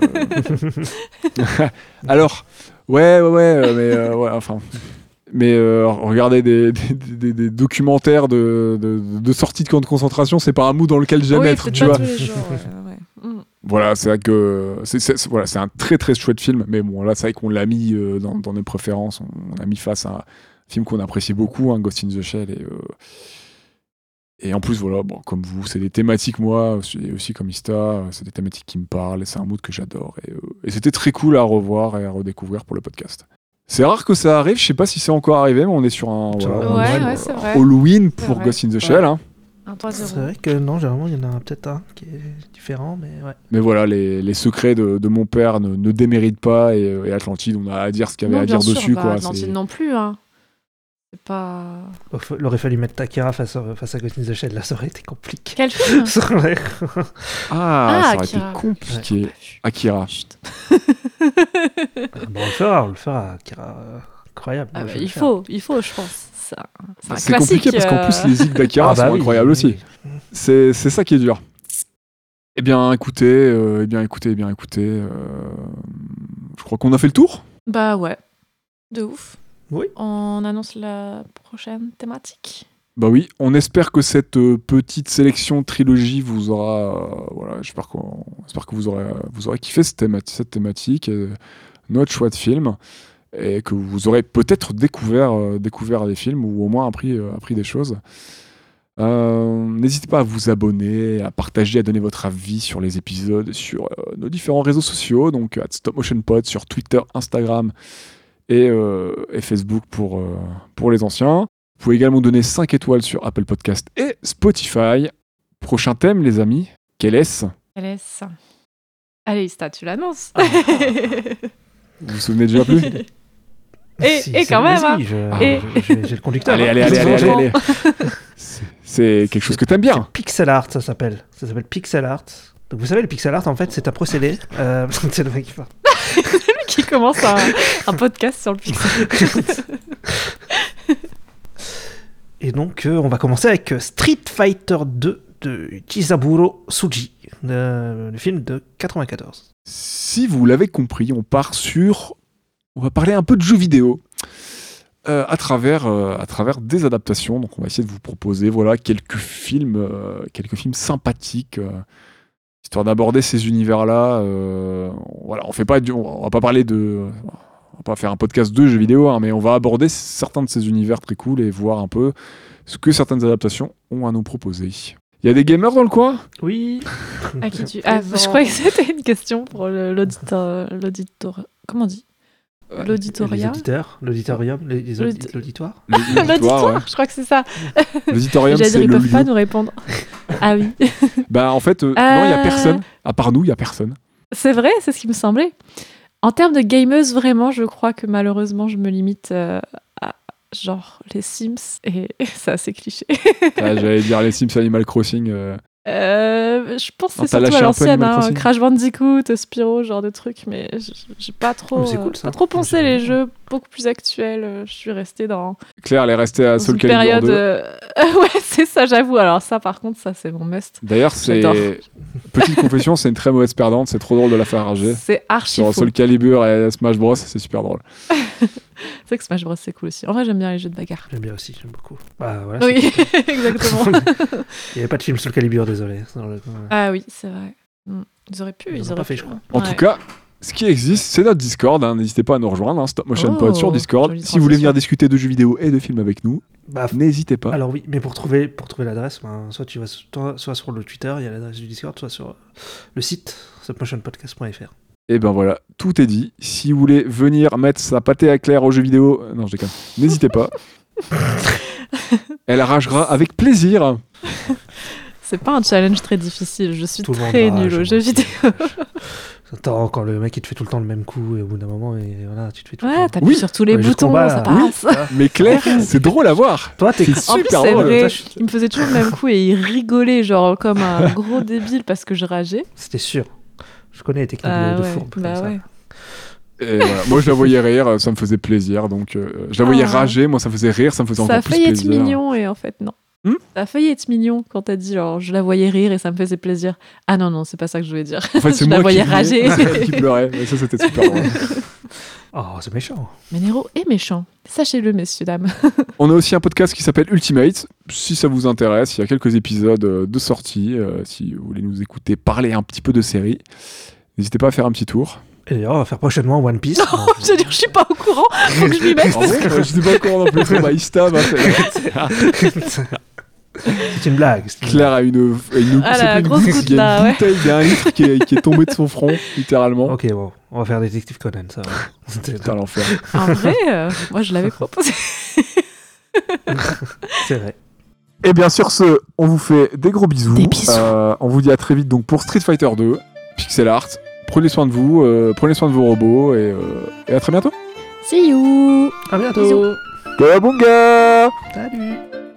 Alors, ouais, mais ouais, enfin... Mais regarder des documentaires de sortie de camp de concentration, c'est pas un mood dans lequel j'aime être, tu vois. Tous les jours, ouais. Voilà, c'est vrai que c'est un très très chouette film, mais bon, là, c'est vrai qu'on l'a mis dans nos préférences, on a mis face à un film qu'on appréciait beaucoup, hein, Ghost in the Shell, et en plus, voilà, bon, comme vous, c'est des thématiques, moi, aussi comme Ista, c'est des thématiques qui me parlent, et c'est un mood que j'adore, et c'était très cool à revoir et à redécouvrir pour le podcast. C'est rare que ça arrive, je sais pas si c'est encore arrivé, mais on est sur un c'est vrai. Halloween pour vrai. Ghost in the Shell. Hein. Un 3-0. C'est vrai que non, généralement, il y en a peut-être un qui est différent, mais ouais. Mais voilà, les secrets de mon père ne déméritent pas, et Atlantide, on a à dire ce qu'il y avait à dire dessus. Quoi. Atlantide non plus, hein. C'est pas... Il aurait fallu mettre Takira face à Ghost in the Shell, là, ça aurait été compliqué. Quel film? Ça aurait- ça aurait Akira. été compliqué. Akira. Chut. Bon, on le fera, Akira. Incroyable. Ah Moi, bah, je vais le il faire. faut, je pense. C'est un C'est classique, compliqué parce qu'en plus, les zik d'Akira sont incroyables aussi. C'est ça qui est dur. Eh bien, écoutez, je crois qu'on a fait le tour. Bah ouais, de ouf. Oui. On annonce la prochaine thématique. Bah oui, on espère que cette petite sélection trilogie vous aura... voilà, j'espère que vous aurez kiffé cette thématique, notre choix de film, et que vous aurez peut-être découvert des films ou au moins appris des choses. N'hésitez pas à vous abonner, à partager, à donner votre avis sur les épisodes, sur nos différents réseaux sociaux, donc @StopMotionPod sur Twitter, Instagram et Facebook pour les anciens. Vous pouvez également donner 5 étoiles sur Apple Podcast et Spotify. Prochain thème, les amis, quel est-ce ? Allez, Ista, tu l'annonces. Vous vous souvenez déjà plus ? Et quand même, hein. J'ai le conducteur. Allez. C'est quelque chose que t'aimes bien. Pixel art, ça s'appelle. Ça s'appelle pixel art. Donc vous savez, le pixel art, en fait, c'est un procédé. C'est le mec qui parle. qui commence un podcast sur le pixel. Et donc, on va commencer avec Street Fighter 2 de Chisaburo Tsuji, le film de 94. Si vous l'avez compris, on va parler un peu de jeux vidéo à travers des adaptations. Donc on va essayer de vous proposer quelques films sympathiques, histoire d'aborder ces univers-là. On va pas parler on va pas faire un podcast de jeux vidéo, hein, mais on va aborder certains de ces univers très cool et voir un peu ce que certaines adaptations ont à nous proposer. Il y a des gamers dans le coin ? Oui. Je croyais que c'était une question pour l'auditeur. Comment on dit ? L'auditorium. L'auditorium, l'auditoire. L'auditoire, ouais. je crois que c'est ça. L'auditorium, J'allais c'est dire, ils le peuvent pas lieu. nous répondre. Ah oui. Bah en fait, non, il y a personne. À part nous, il y a personne. C'est vrai, c'est ce qui me semblait. En termes de gameuse, vraiment, je crois que malheureusement, je me limite à genre les Sims et c'est assez cliché. J'allais dire les Sims, Animal Crossing. Je pense que Non, c'est t'as surtout lâché à un peu l'ancienne, Animal Crossing. Crash Bandicoot, Spyro, genre de trucs, mais j'ai pas trop, c'est cool, ça. pas trop pensé les jeux beaucoup plus actuels. Je suis restée dans Claire, elle est restée à Soul une Calibur période. 2. Ouais, c'est ça, j'avoue. Alors ça, par contre, ça c'est mon must. D'ailleurs, J'adore. petite confession, c'est une très mauvaise perdante. C'est trop drôle de la faire rager. C'est archi Sur faux. Soul Calibur et Smash Bros, c'est super drôle. C'est que Smash Bros c'est cool aussi. En vrai, j'aime bien les jeux de bagarre. J'aime bien aussi, j'aime beaucoup. Bah, voilà, Oui, exactement. Il n'y avait pas de film sur le Calibur, désolé. Ah oui, c'est vrai. Ils auraient pu. Ils Ils ont auraient pas fait, pu. je crois. En tout cas, ce qui existe, c'est notre Discord. Hein. N'hésitez pas à nous rejoindre. Hein. Stop Motion Pod sur Discord. jolie Si vous voulez venir transition. discuter de jeux vidéo et de films avec nous, Bah, n'hésitez pas. alors oui, mais pour trouver l'adresse, soit tu vas soit sur le Twitter, il y a l'adresse du Discord, soit sur le site stopmotionpodcast.fr. Et ben voilà, tout est dit. Si vous voulez venir mettre sa pâtée à Claire aux jeux vidéo, non, je déconne. N'hésitez pas. Elle ragera avec plaisir. C'est pas un challenge très difficile. Je suis Tout le monde très rage, nulle aux moi jeux aussi. vidéo. Attends, quand le mec il te fait tout le temps le même coup, et au bout d'un moment, et voilà, tu te fais tout le Ouais, temps. t'appuies Oui. sur tous les Ouais, jusqu'au boutons, bas, ça là. Oui. passe. Mais Claire, c'est drôle à voir. Toi, t'es C'est En plus, super c'est drôle. vrai. Toi, je- Il me faisait toujours le même coup et il rigolait, genre comme un gros débile parce que je rageais. C'était sûr. Je connais les techniques de Ouais, fourbe comme bah ça. ouais. Et voilà. Moi, je la voyais rire, ça me faisait plaisir. Donc, je la voyais rager, moi, ça me faisait rire, ça me faisait Ça encore a plus failli être plaisir. mignon et en fait, non. Ça a failli être mignon quand t'as dit, genre, je la voyais rire et ça me faisait plaisir. Ah non, c'est pas ça que je voulais dire. En fait, c'est je moi la voyais qui rager. riais, qui pleurait. Et ça, c'était super drôle. Oh, c'est méchant. Mais Nero est méchant. Sachez-le, messieurs, dames. On a aussi un podcast qui s'appelle Ultimate. Si ça vous intéresse, il y a quelques épisodes de sortie. Si vous voulez nous écouter parler un petit peu de séries, n'hésitez pas à faire un petit tour. Et d'ailleurs, on va faire prochainement One Piece. Non, je veux dire, je suis pas au courant. Faut que je m'y mette. En vrai, je sais pas encore non plus. Bah, il se tape, hein. C'est une blague. c'est une Claire a une Ah, c'est la pas une grosse goutte, goutte, il y a là, une ouais. bouteille d'un litre qui est tombée de son front, littéralement. blague. Ok, bon, on va faire Détective Conan, ça va. Putain, l'enfer. En vrai, moi, je l'avais proposé. C'est vrai. Et bien sur ce, on vous fait des gros bisous. Des bisous. On vous dit à très vite donc pour Street Fighter 2, Pixel Art. Prenez soin de vous, prenez soin de vos robots et à très bientôt. See you. À bientôt. Bisous. Kawabunga! Salut.